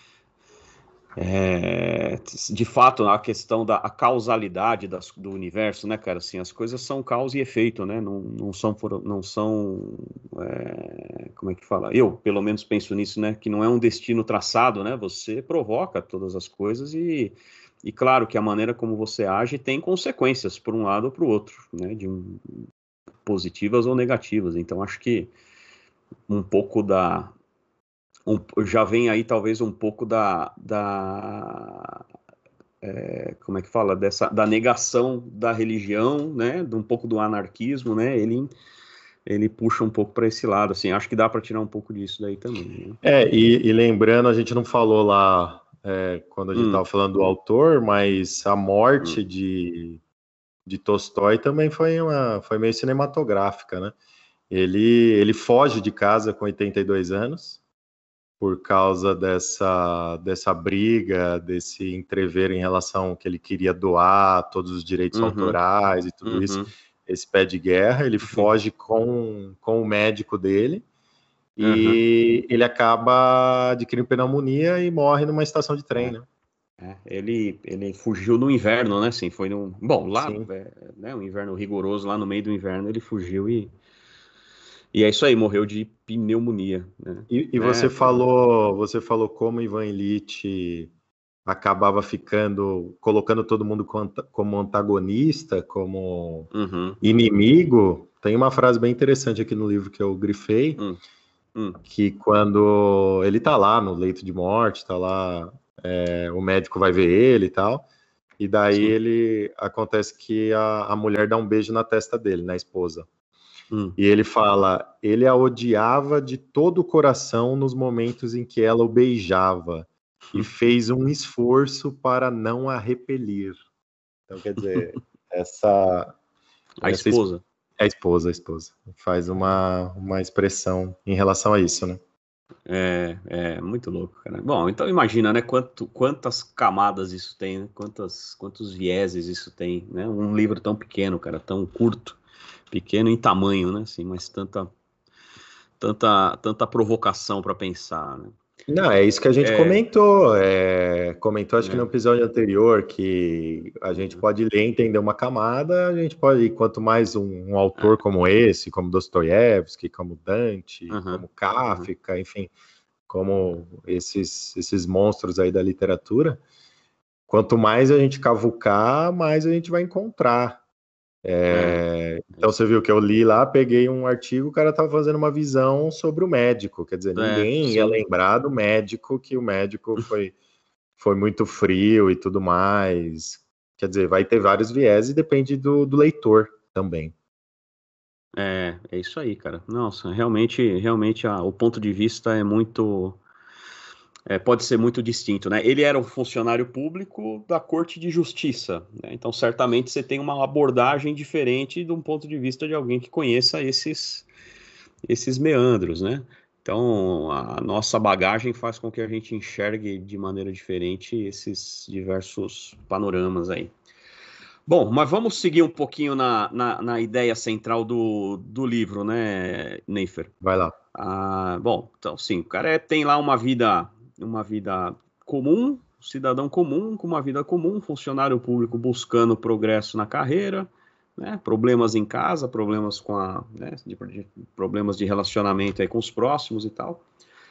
é, de fato, a questão da a causalidade das, do universo, né, cara? Assim, as coisas são causa e efeito, né? Não, não são, por- não são, é, como é que fala? Eu, pelo menos, penso nisso, né? Que não é um destino traçado, né? Você provoca todas as coisas e, e claro que a maneira como você age tem consequências por um lado ou para o outro, né? De um, positivas ou negativas. Então, acho que um pouco da um, já vem aí talvez um pouco da, da é, como é que fala, dessa da negação da religião, né, de um pouco do anarquismo, né, ele ele puxa um pouco para esse lado, assim, acho que dá para tirar um pouco disso daí também, né? é e, e lembrando, a gente não falou lá é, quando a gente estava Hum, falando do autor, mas a morte hum, de, de Tolstói também foi, uma, foi meio cinematográfica, né? Ele, ele foge de casa com oitenta e dois anos por causa dessa, dessa briga, desse entrever em relação ao que ele queria doar, todos os direitos uhum, autorais e tudo isso, uhum, esse pé de guerra. Ele uhum, foge com, com o médico dele uhum, e ele acaba adquirindo pneumonia e morre numa estação de trem, é, né? é. Ele ele fugiu no inverno, né, assim, foi no, bom, lá, Sim. é, né, um inverno rigoroso lá no meio do inverno, ele fugiu e E é isso aí, morreu de pneumonia, né? E, e É, você falou, você falou como Ivan Ilitch acabava ficando, colocando todo mundo como antagonista, como uhum, inimigo. Tem uma frase bem interessante aqui no livro que eu grifei, hum, hum, que quando ele tá lá no leito de morte, tá lá, é, o médico vai ver ele e tal, e daí sim, ele, acontece que a, a mulher dá um beijo na testa dele, na esposa. hum, E ele fala, ele a odiava de todo o coração nos momentos em que ela o beijava e hum. fez um esforço para não a repelir. Então, quer dizer, essa, A essa esposa. é a esposa, a esposa, faz uma, uma expressão em relação a isso, né? É, é muito louco, cara. Bom, então imagina, né, quanto, quantas camadas isso tem, né? Quantas, quantos vieses isso tem, né? Um livro tão pequeno, cara, tão curto, pequeno em tamanho, né? Assim, mas tanta, tanta, tanta provocação para pensar, né? Não, é isso que a gente É, comentou. É, comentou, acho que no é, episódio anterior, que a gente uhum, pode ler e entender uma camada, a gente pode, quanto mais um, um autor é, como esse, como Dostoiévski, como Dante, uhum, como uhum, Kafka, enfim, como esses, esses monstros aí da literatura, quanto mais a gente cavucar, mais a gente vai encontrar. é, É, é então isso você aí. viu que eu li lá, peguei um artigo, o cara estava fazendo uma visão sobre o médico, quer dizer, É, ninguém ia sim. lembrar do médico, que o médico foi, foi muito frio e tudo mais. Quer dizer, vai ter vários viés e depende do, do leitor também. É, é isso aí, cara. Nossa, realmente, realmente a- o ponto de vista é muito, é, pode ser muito distinto, né? Ele era um funcionário público da Corte de Justiça, né? Então certamente você tem uma abordagem diferente de um ponto de vista de alguém que conheça esses, esses meandros, né? Então a nossa bagagem faz com que a gente enxergue de maneira diferente esses diversos panoramas aí. Bom, mas vamos seguir um pouquinho na, na, na ideia central do, do livro, né, Neifer? Vai lá. Ah, bom, então sim, o cara é- tem lá uma vida, uma vida comum, cidadão comum, com uma vida comum, funcionário público buscando progresso na carreira, né, problemas em casa, problemas com a, né, de, de- problemas de relacionamento aí com os próximos e tal.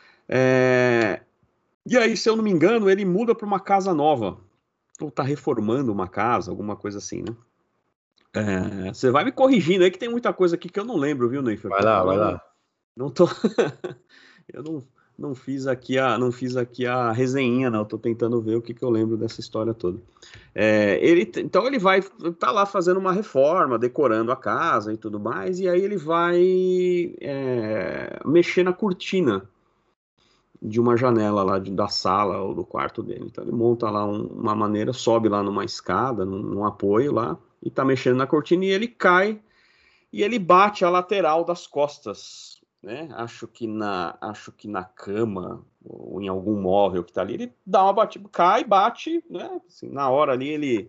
É, e aí, se eu não me engano, ele muda para uma casa nova, ou está reformando uma casa, alguma coisa assim, né? É, você vai me corrigindo aí que tem muita coisa aqui que eu não lembro, viu, Neifer? Vai Porque lá, eu vai não, lá. não tô, eu não, não fiz aqui a, não fiz aqui a resenhinha, não. Tô tentando ver o que, que eu lembro dessa história toda. É, ele, então ele vai, tá lá fazendo uma reforma, decorando a casa e tudo mais, e aí ele vai é, mexer na cortina de uma janela lá de, da sala ou do quarto dele. Então ele monta lá um, uma maneira, sobe lá numa escada, num, num apoio lá, e tá mexendo na cortina e ele cai e ele bate a lateral das costas, né? Acho que na, acho que na cama ou em algum móvel que tá ali, ele dá uma batida, cai, bate, né? Assim, na hora ali ele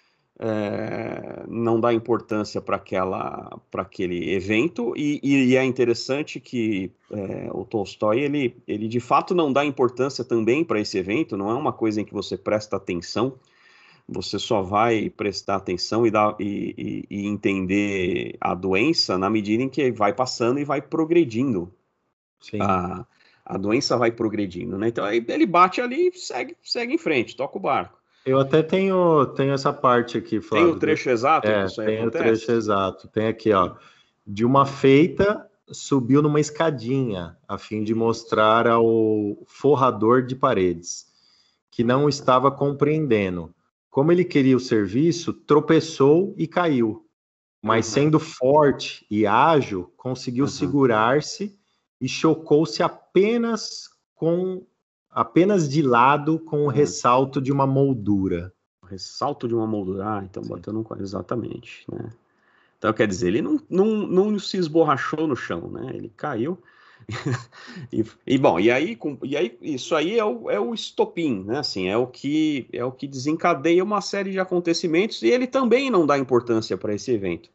é, não dá importância para aquela, para aquele evento e, e, é interessante que é, o Tolstói ele, ele de fato não dá importância também para esse evento, não é uma coisa em que você presta atenção, você só vai prestar atenção e, dar, e, e, e entender a doença na medida em que vai passando e vai progredindo. Sim. A, a doença vai progredindo, né? Então aí ele bate ali e segue, segue em frente, toca o barco. Eu até tenho, tenho essa parte aqui, Tem o Flávio. trecho exato em que É, isso aí tem o trecho acontece? exato. Tem aqui, ó. De uma feita, subiu numa escadinha, a fim de Isso. mostrar ao forrador de paredes, que não estava compreendendo. Como ele queria o serviço, tropeçou e caiu, mas Aham, sendo forte e ágil, conseguiu aham. segurar-se e chocou-se apenas com apenas de lado com o É. ressalto de uma moldura. O ressalto de uma moldura. Ah, então Sim. bateu no. Exatamente, né? Então, quer dizer, ele não, não, não se esborrachou no chão, né? Ele caiu. e, e, bom, e aí, com, e aí isso aí é o, é o estopim, né? Assim, é o que é o que desencadeia uma série de acontecimentos e ele também não dá importância para esse evento.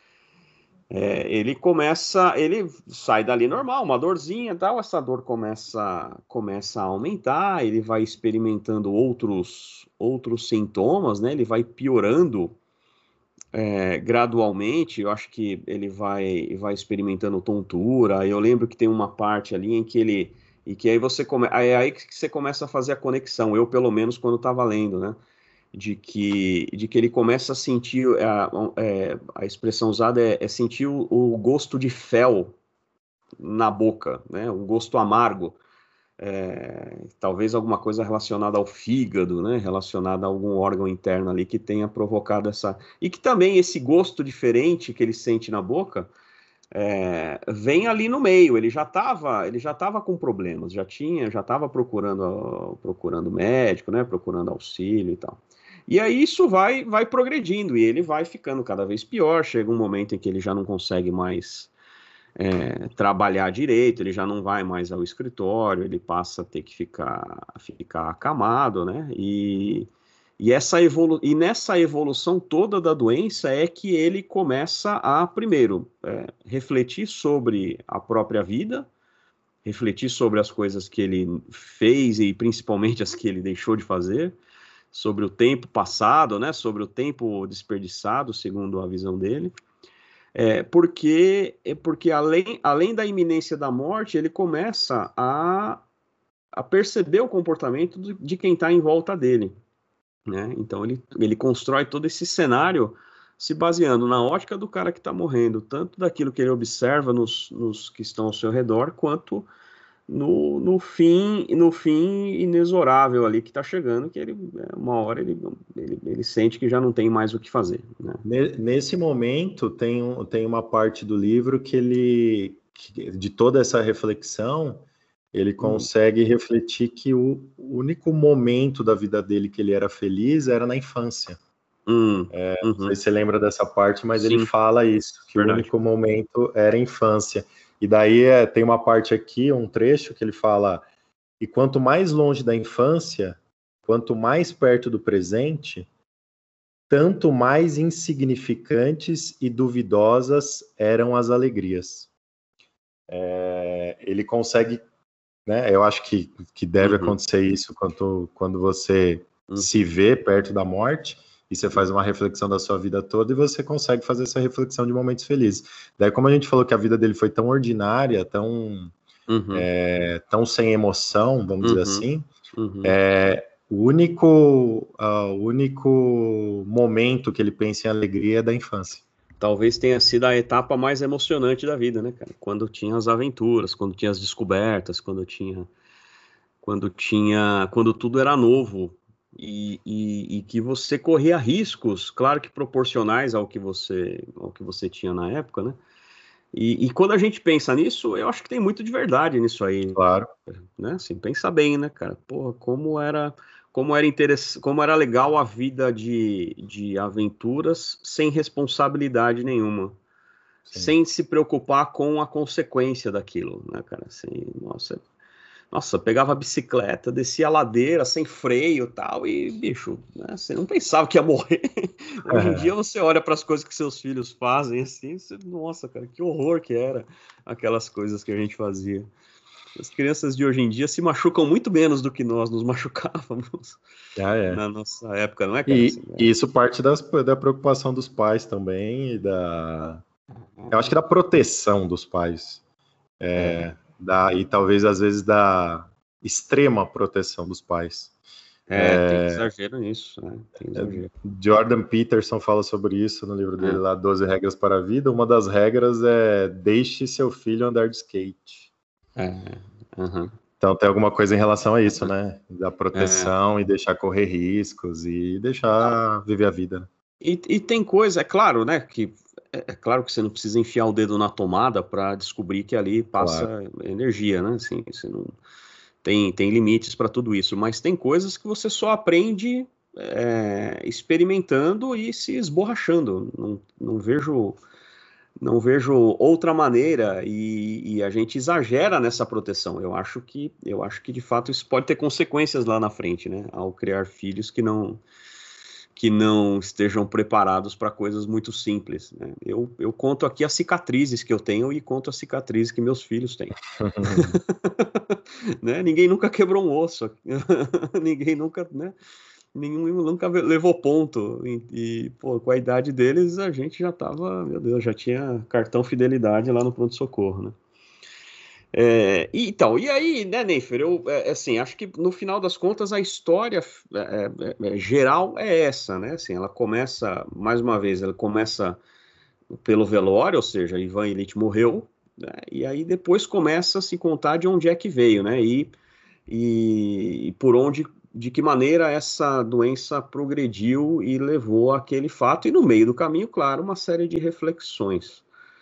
É, ele começa, ele sai dali normal, uma dorzinha e tal, essa dor começa, começa a aumentar, ele vai experimentando outros, outros sintomas, né? Ele vai piorando é, gradualmente, eu acho que ele vai, vai experimentando tontura. Eu lembro que tem uma parte ali em que ele, e que aí você come, é aí que você começa a fazer a conexão. Eu, pelo menos, quando estava lendo, né? De que, de que ele começa a sentir, a, é, a expressão usada é, é sentir o, o gosto de fel na boca, né? Um gosto amargo. É, talvez alguma coisa relacionada ao fígado, né? Relacionada a algum órgão interno ali que tenha provocado essa... E que também esse gosto diferente que ele sente na boca é, vem ali no meio. Ele já estava ele já estava com problemas, já tinha, já estava procurando, procurando médico, né? Procurando auxílio e tal. E aí isso vai, vai progredindo e ele vai ficando cada vez pior. Chega um momento em que ele já não consegue mais é, trabalhar direito, ele já não vai mais ao escritório, ele passa a ter que ficar, ficar acamado, né? E, e, essa evolu e nessa evolução toda da doença é que ele começa a, primeiro, é, refletir sobre a própria vida, refletir sobre as coisas que ele fez e principalmente as que ele deixou de fazer, sobre o tempo passado, né? Sobre o tempo desperdiçado, segundo a visão dele. É, porque, é porque além, além da iminência da morte, ele começa a, a perceber o comportamento de, de quem está em volta dele, né? Então ele, ele constrói todo esse cenário se baseando na ótica do cara que está morrendo, tanto daquilo que ele observa nos, nos que estão ao seu redor, quanto no, no fim no fim inexorável ali que está chegando, que ele, uma hora ele, ele, ele sente que já não tem mais o que fazer, né? Nesse momento tem, um, tem uma parte do livro que ele, que, de toda essa reflexão, ele consegue hum. refletir que o único momento da vida dele que ele era feliz era na infância. Hum, é, uhum. Não sei se você lembra dessa parte, mas Sim. ele fala isso, que Verdade. O único momento era a infância. E daí é, tem uma parte aqui, um trecho que ele fala: e quanto mais longe da infância, quanto mais perto do presente, tanto mais insignificantes e duvidosas eram as alegrias. É, ele consegue, né? Eu acho que, que deve uhum. acontecer isso quando, quando você uhum. se vê perto da morte e você faz uma reflexão da sua vida toda e você consegue fazer essa reflexão de momentos felizes. Daí, como a gente falou que a vida dele foi tão ordinária, tão, uhum. é, tão sem emoção, vamos uhum. dizer assim, uhum. é, o único, uh, o único momento que ele pensa em alegria é da infância. Talvez tenha sido a etapa mais emocionante da vida, né, cara? Quando tinha as aventuras, quando tinha as descobertas, quando tinha, quando tinha, quando tudo era novo. E, e, e que você corria riscos, claro que proporcionais ao que você, ao que você tinha na época, né? E, e quando a gente pensa nisso, eu acho que tem muito de verdade nisso aí. Claro. Né? Assim, pensa bem, né, cara? Porra, como era, como era interessante, como era legal a vida de, de aventuras sem responsabilidade nenhuma. Sim. Sem se preocupar com a consequência daquilo, né, cara? Assim, nossa... Nossa, pegava a bicicleta, descia a ladeira sem freio e tal, e, bicho, né, você não pensava que ia morrer. Hoje em dia você olha para as coisas que seus filhos fazem, assim, você, nossa, cara, que horror que era aquelas coisas que a gente fazia. As crianças de hoje em dia se machucam muito menos do que nós nos machucávamos ah, é. na nossa época, não é, cara? E Assim, né? isso parte das, da preocupação dos pais também, e da... eu acho que da proteção dos pais. É... é. Da, e talvez, às vezes, da extrema proteção dos pais. É, é tem exagero nisso, né? Tem exagero. Jordan Peterson fala sobre isso no livro dele, é. lá, doze Regras para a Vida. Uma das regras é deixe seu filho andar de skate. É, uhum. Então tem alguma coisa em relação a isso, né? Da proteção é. e deixar correr riscos e deixar ah. viver a vida. E, e tem coisa, é claro, né, que é, é claro que você não precisa enfiar o dedo na tomada para descobrir que ali passa claro. energia, né? Assim, você não tem, tem limites para tudo isso, mas tem coisas que você só aprende é, experimentando e se esborrachando. Não, não vejo não vejo outra maneira e, e a gente exagera nessa proteção. Eu acho que eu acho que de fato isso pode ter consequências lá na frente, né? Ao criar filhos que não que não estejam preparados para coisas muito simples, né? Eu, eu conto aqui as cicatrizes que eu tenho e conto as cicatrizes que meus filhos têm. Né? Ninguém nunca quebrou um osso, ninguém nunca, né? nenhum nunca levou ponto. E, e, pô, com a idade deles, a gente já tava, meu Deus, já tinha cartão fidelidade lá no pronto-socorro, né? É, e, então, e aí, né, Neifer, eu, é, assim, acho que no final das contas a história é, é, é, geral é essa, né? Assim, ela começa, mais uma vez, ela começa pelo velório, ou seja, Ivan Ilitch morreu, né? E aí depois começa a se contar de onde é que veio, né? E, e, e por onde, de que maneira essa doença progrediu e levou àquele fato, e no meio do caminho, claro, uma série de reflexões.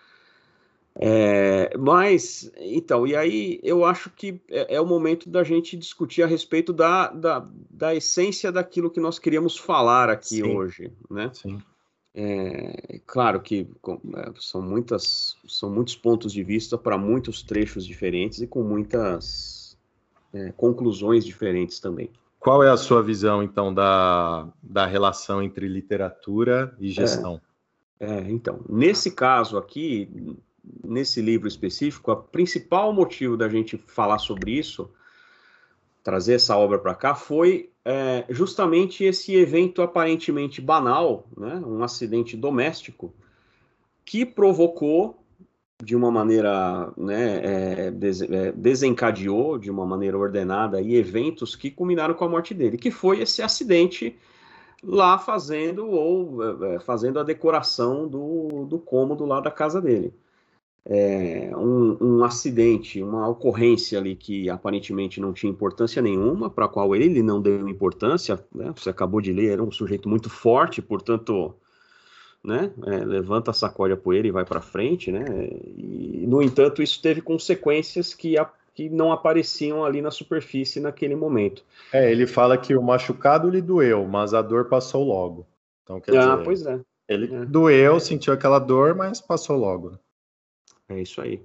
É, mas, então, e aí eu acho que é, é o momento da gente discutir a respeito da, da, da essência daquilo que nós queríamos falar aqui Sim, hoje, né? sim. É, claro que com, é, são, muitas, são muitos pontos de vista para muitos trechos diferentes e com muitas é, conclusões diferentes também. Qual é a sua visão, então, da, da relação entre literatura e gestão? É, é, então, nesse caso aqui, nesse livro específico, o principal motivo da gente falar sobre isso, trazer essa obra para cá, foi é, justamente esse evento aparentemente banal, né, um acidente doméstico, que provocou de uma maneira, né, é, des, é, desencadeou de uma maneira ordenada aí eventos que culminaram com a morte dele, que foi esse acidente lá fazendo ou é, fazendo a decoração do, do cômodo lá da casa dele. É, um, um acidente, uma ocorrência ali que aparentemente não tinha importância nenhuma, para a qual ele não deu importância, né? Você acabou de ler, era um sujeito muito forte, portanto, né? É, levanta, sacode a poeira e vai para frente, né? E, no entanto, isso teve consequências que, a, que não apareciam ali na superfície naquele momento. É, ele fala que o machucado lhe doeu, mas a dor passou logo. Então, quer Ah, dizer, pois é. ele É, doeu, sentiu aquela dor, mas passou logo. é isso aí.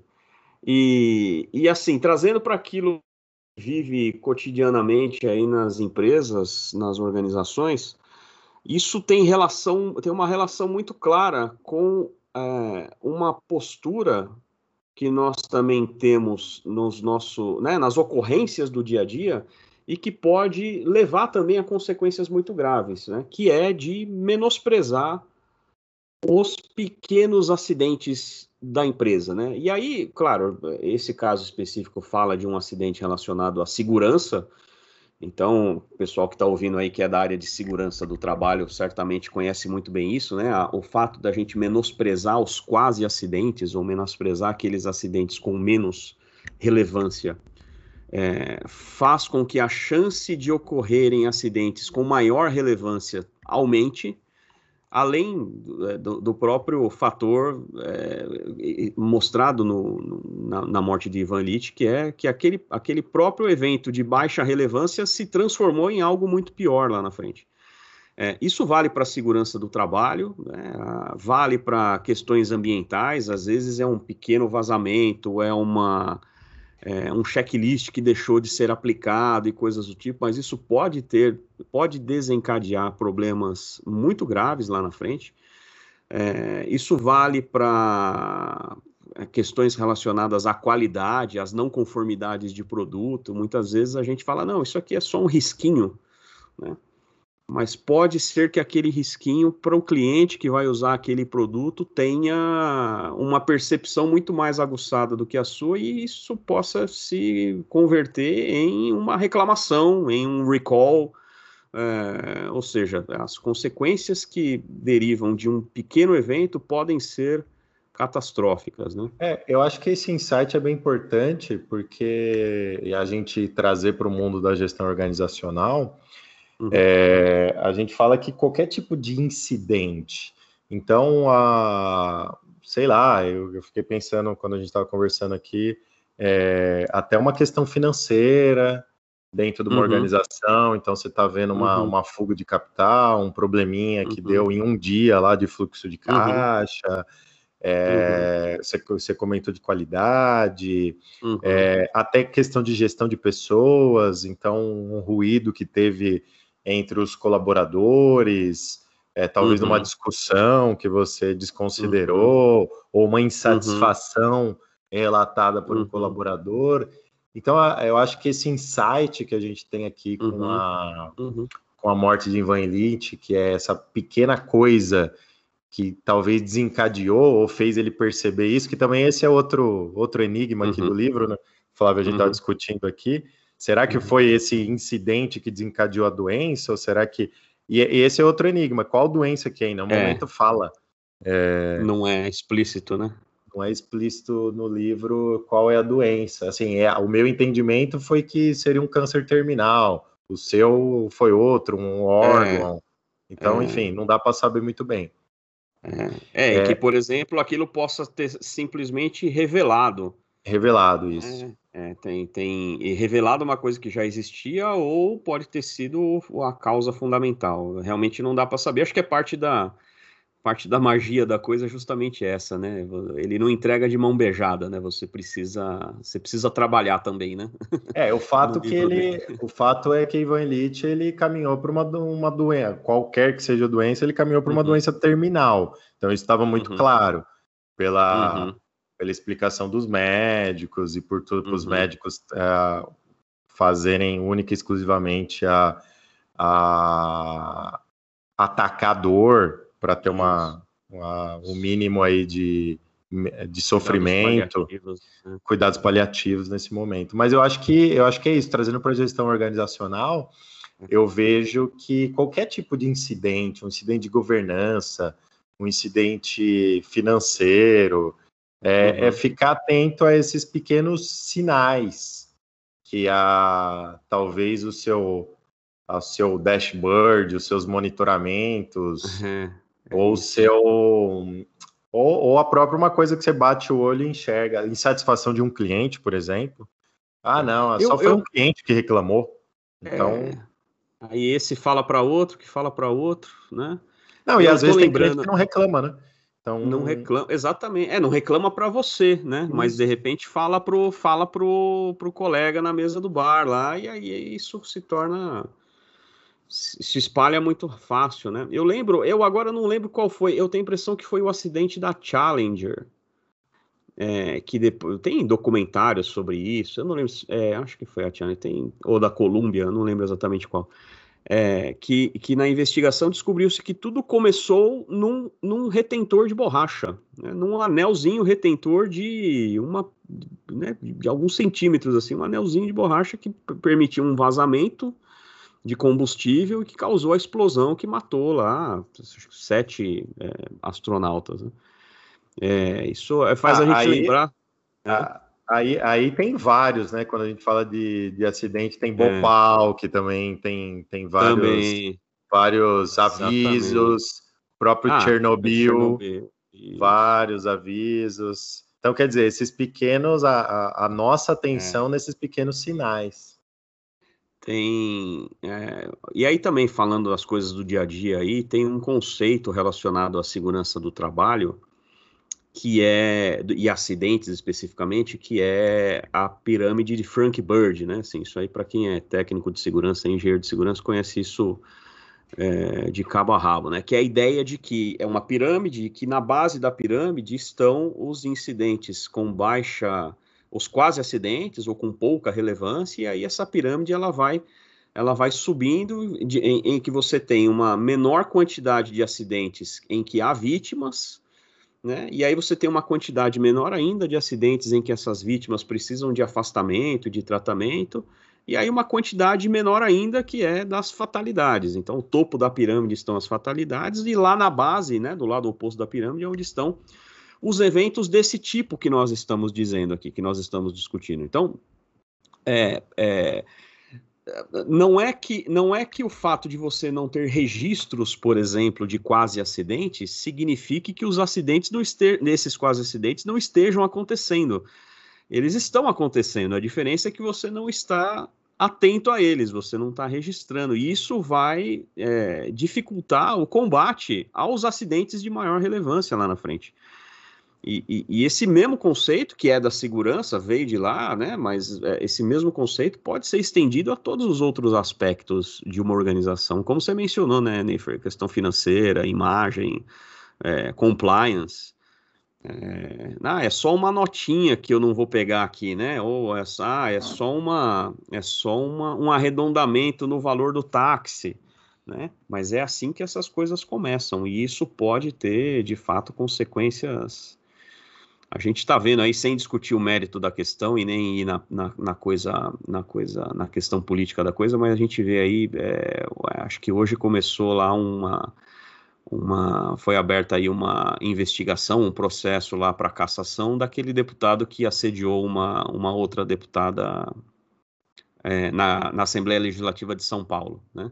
E, e assim, trazendo para aquilo que vive cotidianamente aí nas empresas, nas organizações, isso tem relação, tem uma relação muito clara com é, uma postura que nós também temos nos nosso, né, nas ocorrências do dia a dia e que pode levar também a consequências muito graves, né, que é de menosprezar os pequenos acidentes da empresa, né? E aí, claro, esse caso específico fala de um acidente relacionado à segurança. Então, o pessoal que está ouvindo aí, que é da área de segurança do trabalho, certamente conhece muito bem isso, né? O fato da gente menosprezar os quase acidentes ou menosprezar aqueles acidentes com menos relevância é, faz com que a chance de ocorrerem acidentes com maior relevância aumente, além do, do próprio fator é, mostrado no, no, na, na morte de Ivan Ilitch, que é que aquele, aquele próprio evento de baixa relevância se transformou em algo muito pior lá na frente. É, isso vale para a segurança do trabalho, né, vale para questões ambientais, às vezes é um pequeno vazamento, é uma... É, um checklist que deixou de ser aplicado e coisas do tipo, mas isso pode ter, pode desencadear problemas muito graves lá na frente. É, isso vale para questões relacionadas à qualidade, às não conformidades de produto. Muitas vezes a gente fala, não, isso aqui é só um risquinho, né? Mas pode ser que aquele risquinho para o cliente que vai usar aquele produto tenha uma percepção muito mais aguçada do que a sua e isso possa se converter em uma reclamação, em um recall, é, ou seja, as consequências que derivam de um pequeno evento podem ser catastróficas, né? É, eu acho que esse insight é bem importante porque a gente trazer para o mundo da gestão organizacional. Uhum. É, a gente fala que qualquer tipo de incidente, então, a, sei lá, eu, eu fiquei pensando quando a gente estava conversando aqui, é, até uma questão financeira dentro de uma Uhum. organização, então você está vendo uma, Uhum. uma fuga de capital, um probleminha que Uhum. deu em um dia lá de fluxo de caixa, é, Uhum. você, você comentou de qualidade, Uhum. é, até questão de gestão de pessoas, então um ruído que teve entre os colaboradores, é, talvez Uhum. numa discussão que você desconsiderou, Uhum. ou uma Uhum. insatisfação relatada por um Uhum. colaborador. Então, eu acho que esse insight que a gente tem aqui com Uhum. a, Uhum. com a morte de Ivan Ilitch, que é essa pequena coisa que talvez desencadeou ou fez ele perceber isso, que também esse é outro, outro enigma aqui uhum. do livro, né? Flávio, a gente estava Uhum. discutindo aqui. Será que Uhum. foi esse incidente que desencadeou a doença? Ou será que... E, e esse é outro enigma. Qual doença que é? Em nenhum É. momento fala. É... Não é explícito, né? Não é explícito no livro qual é a doença. Assim, é, o meu entendimento foi que seria um câncer terminal. O seu foi outro, um órgão. É, Então, é, enfim, não dá para saber muito bem. É, é, e que, por exemplo, aquilo possa ter simplesmente revelado. Revelado isso. É, é, tem, tem e revelado uma coisa que já existia ou pode ter sido a causa fundamental. Realmente não dá para saber. Acho que é parte da, parte da magia da coisa justamente essa, né? Ele não entrega de mão beijada, né? Você precisa, você precisa trabalhar também, né? É, o fato No que livro ele, dele. o fato é que Ivan Ilitch ele caminhou para uma, uma doença, qualquer que seja a doença, ele caminhou para uma Uhum, doença terminal. Então isso estava muito uhum, claro pela, uhum, pela explicação dos médicos e por tudo, para os uhum. médicos uh, fazerem única e exclusivamente a, a atacar dor para ter uma, uma, um mínimo aí de, de sofrimento. Cuidados paliativos, né? Cuidados paliativos nesse momento. Mas eu acho que eu acho que é isso, trazendo para a gestão organizacional, eu vejo que qualquer tipo de incidente, um incidente de governança, um incidente financeiro, é, Uhum. é ficar atento a esses pequenos sinais que a talvez o seu o seu dashboard, os seus monitoramentos, É, é ou o isso. seu ou, ou a própria uma coisa que você bate o olho e enxerga. Insatisfação de um cliente, por exemplo. Ah, não, só Eu, foi um eu, cliente que reclamou. Então, é, aí esse fala para outro, que fala para outro, né? não, e Eu às tô vezes tem cliente que lembrando, não reclama, né? não Então, reclama, exatamente, é, não reclama para você, né? Mas de isso. repente fala pro, fala pro, pro colega na mesa do bar lá, e aí isso se torna, se se espalha muito fácil, né? Eu lembro, eu agora não lembro qual foi, eu tenho a impressão que foi o acidente da Challenger. É, que depois tem documentários sobre isso. Eu não lembro, é, acho que foi a Challenger, tem ou da Columbia, eu não lembro exatamente qual. É, que, que na investigação descobriu-se que tudo começou num, num retentor de borracha, né, num anelzinho retentor de uma, né, de alguns centímetros, assim, um anelzinho de borracha que permitia um vazamento de combustível e que causou a explosão que matou lá sete é, astronautas. Né? É, isso faz a Ah, gente aí, lembrar. É, ah, aí, aí tem vários, né? Quando a gente fala de, de acidente, tem é, Bhopal, que também tem, tem vários, também, vários exatamente. avisos, próprio Ah, é Chernobyl, Chernobyl. Isso. vários avisos. Então, quer dizer, esses pequenos, a, a, a nossa É. atenção nesses pequenos sinais. Tem. É, e aí também falando das coisas do dia a dia aí, tem um conceito relacionado à segurança do trabalho, que é, e acidentes especificamente, que é a pirâmide de Frank Bird, né? Assim, isso aí para quem é técnico de segurança, engenheiro de segurança, conhece isso é, de cabo a rabo, né? Que é a ideia de que é uma pirâmide e que na base da pirâmide estão os incidentes com baixa, os quase acidentes ou com pouca relevância, e aí essa pirâmide ela vai, ela vai subindo de, em, em que você tem uma menor quantidade de acidentes em que há vítimas, né? E aí você tem uma quantidade menor ainda de acidentes em que essas vítimas precisam de afastamento, de tratamento, e aí uma quantidade menor ainda que é das fatalidades. Então, o topo da pirâmide estão as fatalidades, e lá na base, né, do lado oposto da pirâmide, é onde estão os eventos desse tipo que nós estamos dizendo aqui, que nós estamos discutindo. Então, é, é, não é que não é que o fato de você não ter registros, por exemplo, de quase acidentes, signifique que os acidentes não este... nesses quase acidentes não estejam acontecendo. Eles estão acontecendo. A diferença é que você não está atento a eles, você não está registrando. E isso vai é, dificultar o combate aos acidentes de maior relevância lá na frente. E, e, e esse mesmo conceito, que é da segurança, veio de lá, né? Mas é, esse mesmo conceito pode ser estendido a todos os outros aspectos de uma organização, como você mencionou, né, Nefer? Questão financeira, imagem, é, compliance. É, ah, é só uma notinha que eu não vou pegar aqui, né? Ou é, ah, é só uma, é só uma, um arredondamento no valor do táxi. né? Mas é assim que essas coisas começam, e isso pode ter, de fato, consequências. A gente está vendo aí, sem discutir o mérito da questão e nem ir na, na, na coisa, na coisa, na questão política da coisa, mas a gente vê aí, é, acho que hoje começou lá uma, uma, foi aberta aí uma investigação, um processo lá para cassação daquele deputado que assediou uma, uma outra deputada é, na, na Assembleia Legislativa de São Paulo, né?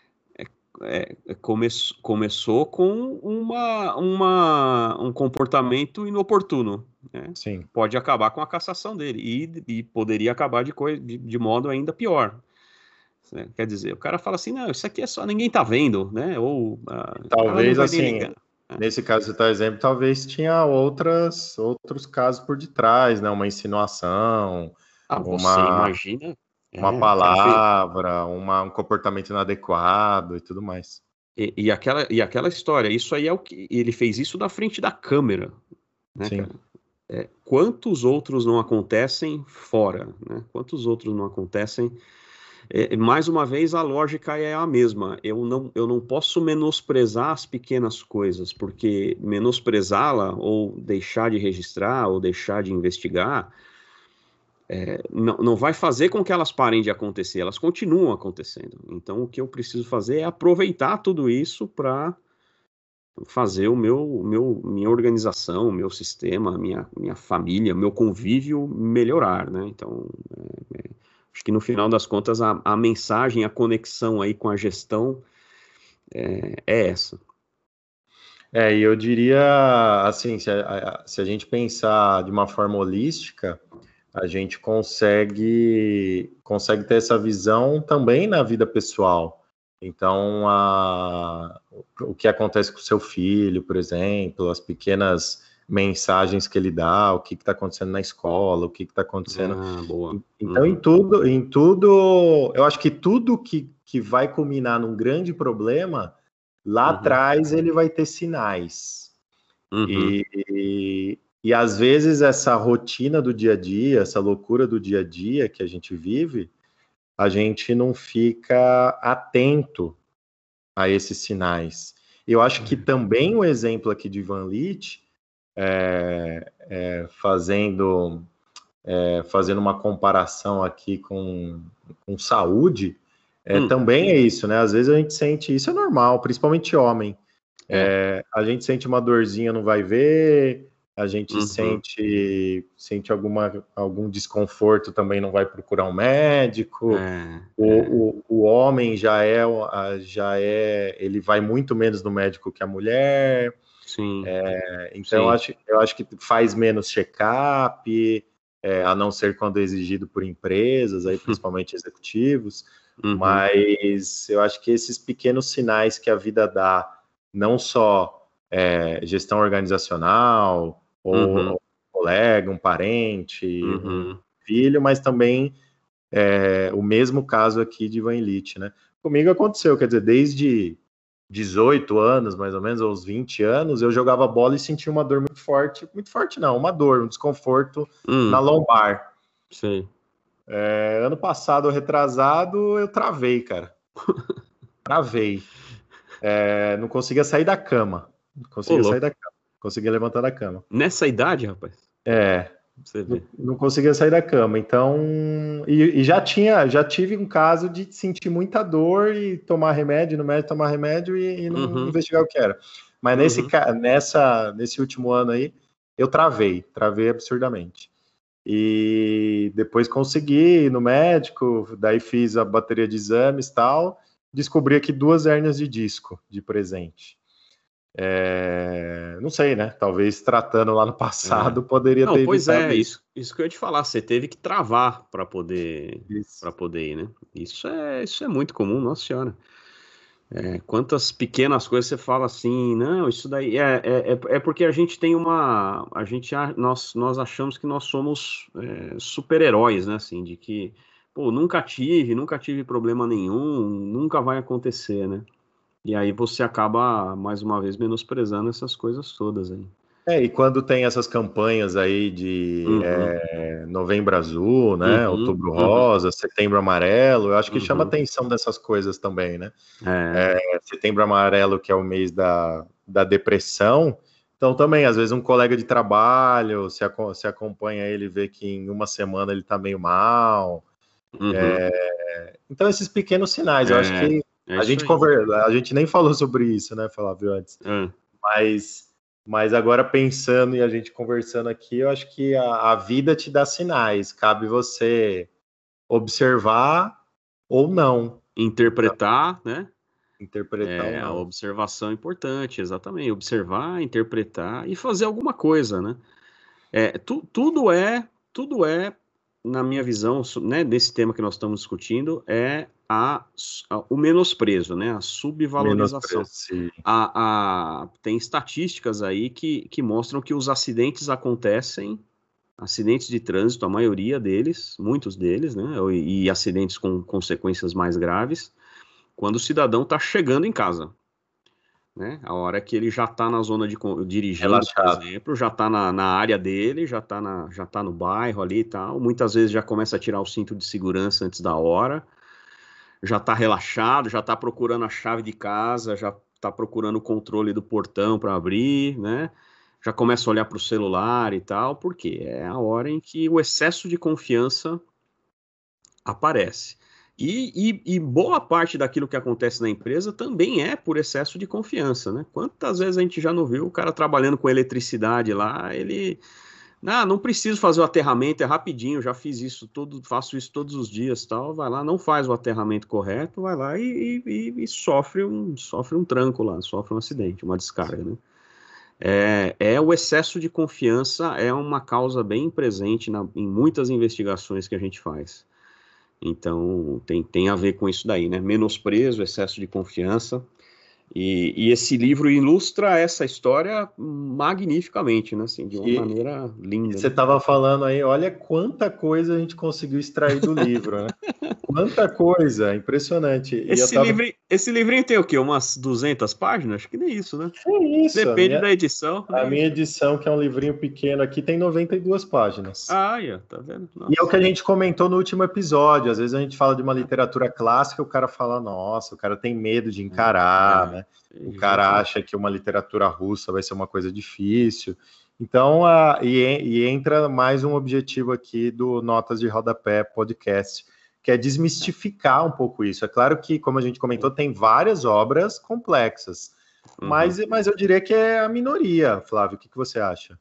É, come, começou com uma, uma, um comportamento inoportuno, né? Sim. Pode acabar com a cassação dele e, e poderia acabar de, coi, de, de modo ainda pior, né? Quer dizer, o cara fala assim, não, isso aqui é só, ninguém tá vendo, né? Ou uh, talvez não vai assim, nem ligar, né? Nesse caso que você está exemplo, talvez tinha outras, outros casos por detrás, né? Uma insinuação, Ah, você uma, imagina, uma é, o cara fez, palavra, uma, um comportamento inadequado e tudo mais. e, e, aquela, e aquela história, isso aí é o que, ele fez isso na frente da câmera, né, Sim. cara? É, quantos outros não acontecem fora, né? Quantos outros não acontecem? É, mais uma vez, a lógica é a mesma. Eu não, eu não posso menosprezar as pequenas coisas, porque menosprezá-la, ou deixar de registrar, ou deixar de investigar, é, não, não vai fazer com que elas parem de acontecer, elas continuam acontecendo. Então, o que eu preciso fazer é aproveitar tudo isso para fazer o meu, meu, minha organização, meu sistema, minha, minha família, meu convívio melhorar, né? Então, é, é, acho que no final das contas a, a mensagem, a conexão aí com a gestão é, é essa. É, e eu diria, assim, se a, se a gente pensar de uma forma holística, a gente consegue, consegue ter essa visão também na vida pessoal. Então, a, o que acontece com o seu filho, por exemplo, as pequenas mensagens que ele dá, o que está acontecendo na escola, o que está acontecendo. Ah, boa. Então, Uhum. em tudo, em tudo, eu acho que tudo que, que vai culminar num grande problema, lá Uhum. atrás ele vai ter sinais. Uhum. E, e, e às vezes essa rotina do dia a dia, essa loucura do dia a dia que a gente vive, a gente não fica atento a esses sinais. Eu acho que também o exemplo aqui de Van Liet, é, é, fazendo, é, fazendo uma comparação aqui com, com saúde, é, Hum. também é isso, né? Às vezes a gente sente, isso é normal, principalmente homem. É. É, a gente sente uma dorzinha, não vai ver, a gente Uhum. sente, sente alguma, algum desconforto, também não vai procurar um médico. É, o, é. o, o homem já é, já é, ele vai muito menos no médico que a mulher. Sim. É, então Sim. eu acho, eu acho que faz menos check-up, é, a não ser quando é exigido por empresas, aí, principalmente executivos. Uhum. Mas eu acho que esses pequenos sinais que a vida dá, não só é, gestão organizacional, ou, Uhum. ou um colega, um parente, Uhum. um filho, mas também é, o mesmo caso aqui de Van Liet, né? Comigo aconteceu, quer dizer, desde dezoito anos, mais ou menos, ou uns vinte anos, eu jogava bola e sentia uma dor muito forte, muito forte não, uma dor, um desconforto Hum. na lombar. Sei. É, ano passado, retrasado, eu travei, cara. Travei. É, não conseguia sair da cama. Não conseguia Ô, sair louco. da cama. Não conseguia levantar da cama. Nessa idade, rapaz? É, Você não, vê. não conseguia sair da cama. Então, e, e já tinha, já tive um caso de sentir muita dor e tomar remédio, no médico tomar remédio e, e não Uhum. investigar o que era. Mas Uhum. nesse, nessa, nesse último ano aí, eu travei, travei absurdamente. E depois consegui ir no médico, daí fiz a bateria de exames e tal, descobri aqui duas hérnias de disco de presente. É, não sei, né? Talvez tratando lá no passado É. poderia Não, ter pois evitado é, isso. isso, isso que eu ia te falar, você teve que travar para poder Isso. para poder ir, né? Isso é, isso é muito comum, nossa senhora. É, quantas pequenas coisas você fala assim, não, isso daí é, é, é- é porque a gente tem uma, a gente, a- nós, nós achamos que nós somos é, super-heróis, né, assim, de que, pô, nunca tive, nunca tive problema nenhum, nunca vai acontecer, né? E aí você acaba, mais uma vez, menosprezando essas coisas todas aí. É, e quando tem essas campanhas aí de Uhum. é, Novembro Azul, né? Uhum, Outubro uhum, Rosa, Setembro Amarelo, eu acho que chama uhum. atenção dessas coisas também, né? É, É, Setembro Amarelo, que é o mês da, da depressão. Então, também, às vezes, um colega de trabalho, se, aco- se acompanha ele, e vê que em uma semana ele tá meio mal. uhum. Então, esses pequenos sinais, eu acho É, que é a isso gente, aí. conver... a gente nem falou sobre isso, né, Flávio, antes. É. Mas, mas agora pensando e a gente conversando aqui, eu acho que a, a vida te dá sinais. Cabe você observar ou não, Interpretar, né? interpretar ou É, a não. observação é importante, exatamente. Observar, interpretar e fazer alguma coisa, né? É, tu- tudo é, tudo é, na minha visão, su- né, desse tema que nós estamos discutindo, é a, a- o menosprezo, né? A subvalorização. Menosprezo. A, a- tem estatísticas aí que, que mostram que os acidentes acontecem, acidentes de trânsito, a maioria deles, muitos deles, né? E, e acidentes com consequências mais graves, quando o cidadão está chegando em casa, né? A hora que ele já está na zona de con- dirigindo, por Relaxado. exemplo, já está na, na área dele, já está na, já tá no bairro ali e tal. Muitas vezes já começa a tirar o cinto de segurança antes da hora, já está relaxado, já está procurando a chave de casa, já está procurando o controle do portão para abrir, né? Já começa a olhar para o celular e tal, porque é a hora em que o excesso de confiança aparece. E, e, e, boa parte daquilo que acontece na empresa também é por excesso de confiança, né? Quantas vezes a gente já não viu o cara trabalhando com eletricidade lá, ele, ah, não preciso fazer o aterramento, é rapidinho, já fiz isso todo, faço isso todos os dias, tal, vai lá, não faz o aterramento correto, vai lá e, e, e sofre um, sofre um tranco lá, sofre um acidente, uma descarga, né? É, é o excesso de confiança é uma causa bem presente na, em muitas investigações que a gente faz. Então, tem, tem a ver com isso daí, né? Menosprezo, excesso de confiança. E, e esse livro ilustra essa história magnificamente, né? Assim, de uma E, maneira e linda, você né? estava falando aí, olha quanta coisa a gente conseguiu extrair do livro, né? Quanta coisa, impressionante. E eu Esse estava. livro, esse livrinho tem o quê? Umas duzentas páginas? Acho que nem isso, né? É isso, a Depende minha, da edição, a nem minha isso. edição, que é um livrinho pequeno aqui, tem noventa e duas páginas. Ah, aí, ó, tá vendo? E é o que Nossa. a gente comentou no último episódio. Às vezes a gente fala de uma literatura clássica, o cara fala, nossa, o cara tem medo de encarar, É, né? O de jeito cara nenhum. acha que uma literatura russa vai ser uma coisa difícil. Então, a, e, e entra mais um objetivo aqui do Notas de Rodapé Podcast, que é desmistificar um pouco isso. É claro que, como a gente comentou, tem várias obras complexas, Uhum. mas, mas eu diria que é a minoria, Flávio. O que, que você acha?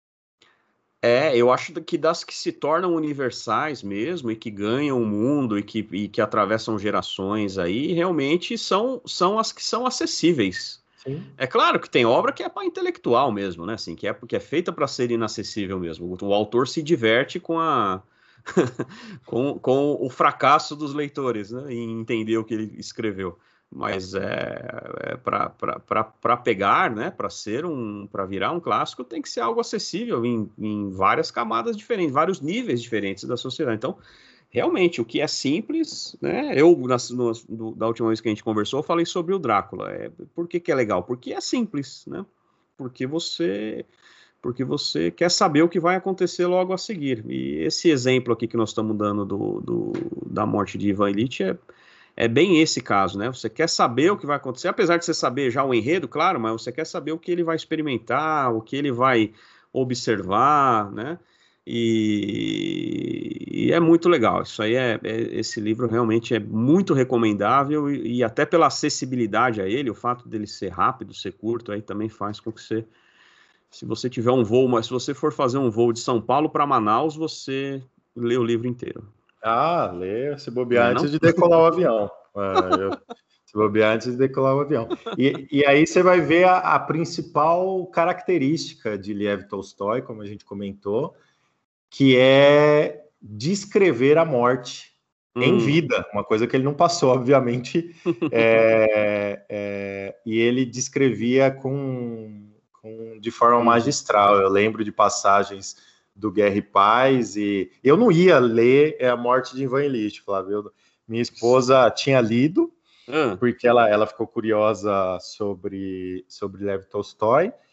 É, eu acho que das que se tornam universais mesmo e que ganham o mundo e que, e que atravessam gerações aí, realmente são, são as que são acessíveis. Sim. É claro que tem obra que é para intelectual mesmo, né? Assim, que é porque é feita para ser inacessível mesmo. O, o autor se diverte com a com, com o fracasso dos leitores, né? Em entender o que ele escreveu. Mas é, é para pegar, né? Para ser um, para virar um clássico, tem que ser algo acessível em, em várias camadas diferentes, vários níveis diferentes da sociedade. Então, realmente, o que é simples, né? Eu, na, no, do, da última vez que a gente conversou, eu falei sobre o Drácula. É, por que, que é legal? Porque é simples, né? Porque você porque você quer saber o que vai acontecer logo a seguir. E esse exemplo aqui que nós estamos dando do, do da morte de Ivan Illich é, é bem esse caso, né? Você quer saber o que vai acontecer, apesar de você saber já o enredo, claro, mas você quer saber o que ele vai experimentar, o que ele vai observar, né? E, e é muito legal. Isso aí é, é, esse livro realmente é muito recomendável e, e até pela acessibilidade a ele, o fato dele ser rápido, ser curto, aí também faz com que você, se você tiver um voo, mas se você for fazer um voo de São Paulo para Manaus, você lê o livro inteiro. Ah, lê, se Não bobear é antes não? de decolar o avião. É, eu- se bobear antes de decolar o avião. E, e aí você vai ver a, a principal característica de Lev Tolstói, como a gente comentou, que é descrever a morte em Hum. vida, uma coisa que ele não passou, obviamente, é, é, e ele descrevia com, com, de forma Uhum. magistral. Eu lembro de passagens do Guerra e Paz, e eu não ia ler A Morte de Ivan Illich, Flávio. Eu, minha esposa tinha lido, Ah, porque ela, ela ficou curiosa sobre, sobre Lev Tolstói,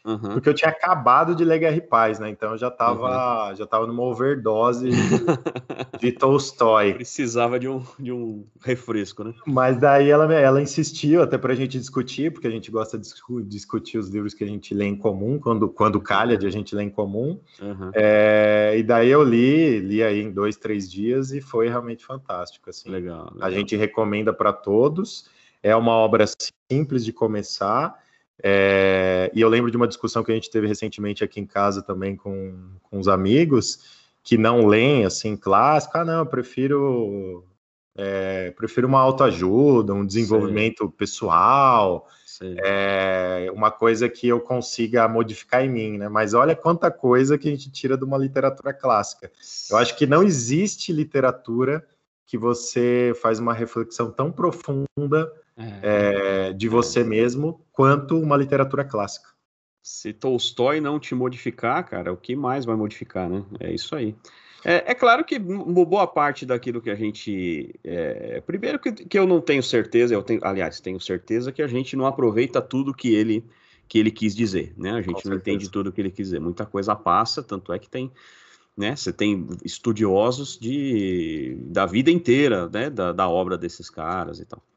Uhum. porque eu tinha acabado de ler Guerra e Paz, né? Então eu já estava uhum. já tava numa overdose de, de Tolstói. Precisava de um, de um refresco, né? Mas daí ela, ela insistiu até para a gente discutir, porque a gente gosta de discutir os livros que a gente lê em comum, quando, quando calha de a gente ler em comum. Uhum. É, e daí eu li, li aí em dois, três dias e foi realmente fantástico. Assim. Legal, legal. A gente recomenda para todos. É uma obra simples de começar. É, e eu lembro de uma discussão que a gente teve recentemente aqui em casa também com, com os amigos que não leem assim clássico. Ah, não, eu prefiro é, prefiro uma autoajuda, um desenvolvimento Sei. pessoal, é, uma coisa que eu consiga modificar em mim, né? Mas olha quanta coisa que a gente tira de uma literatura clássica. Eu acho que não existe literatura que você faz uma reflexão tão profunda é, é, de você é. mesmo quanto uma literatura clássica. Se Tolstói não te modificar, cara, o que mais vai modificar, né? É isso aí. É, é claro que boa parte daquilo que a gente... É, primeiro que, que eu não tenho certeza, eu tenho, aliás, tenho certeza que a gente não aproveita tudo que ele, que ele quis dizer, né? A gente não entende tudo que ele quis dizer. Muita coisa passa, tanto é que tem... Né, você tem estudiosos de, da vida inteira, né, da, da obra desses caras e tal.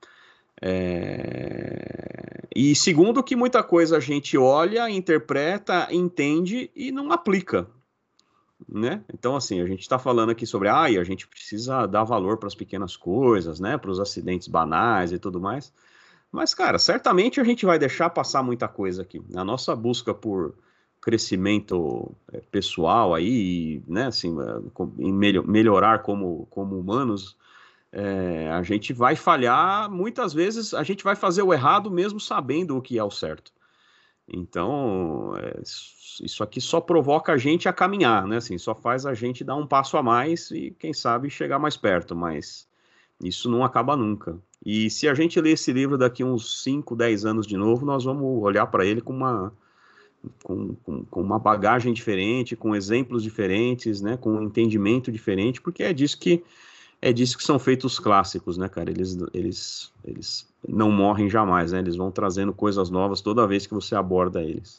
É... E segundo que muita coisa a gente olha, interpreta, entende e não aplica, né? Então assim, a gente está falando aqui sobre, ah, a gente precisa dar valor para as pequenas coisas, né, para os acidentes banais e tudo mais, mas cara, certamente a gente vai deixar passar muita coisa aqui, na nossa busca por crescimento pessoal aí, né, assim, em melhor, melhorar como, como humanos. É, a gente vai falhar, muitas vezes a gente vai fazer o errado mesmo sabendo o que é o certo. Então, é, isso aqui só provoca a gente a caminhar, né? Assim, só faz a gente dar um passo a mais e, quem sabe, chegar mais perto, mas isso não acaba nunca. E se a gente ler esse livro daqui uns cinco, dez anos de novo, nós vamos olhar para ele com uma, com, com, com uma bagagem diferente, com exemplos diferentes, né? Com um entendimento diferente, porque é disso que É disso que são feitos os clássicos, né, cara? Eles, eles, eles não morrem jamais, né? Eles vão trazendo coisas novas toda vez que você aborda eles.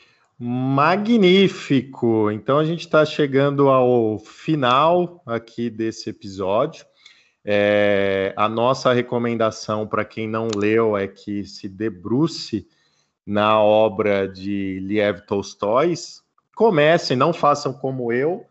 Magnífico! Então a gente está chegando ao final aqui desse episódio. É, a nossa recomendação para quem não leu é que se debruce na obra de Lev Tolstói. Comecem, não façam como eu.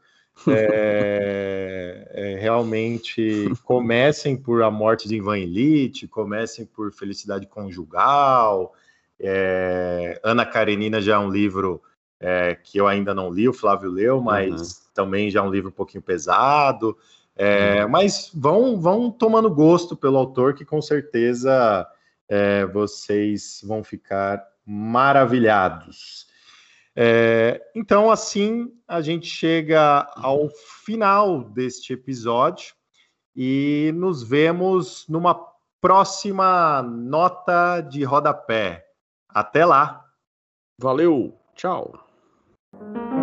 É, é, realmente comecem por A Morte de Ivan Ilitch, comecem por Felicidade Conjugal. é, Ana Karenina já é um livro é, que eu ainda não li, o Flávio leu, mas uhum. também já é um livro um pouquinho pesado, é, uhum. mas vão, vão tomando gosto pelo autor, que com certeza é, vocês vão ficar maravilhados. É, então, assim, a gente chega ao final deste episódio e nos vemos numa próxima nota de rodapé. Até lá! Valeu! Tchau!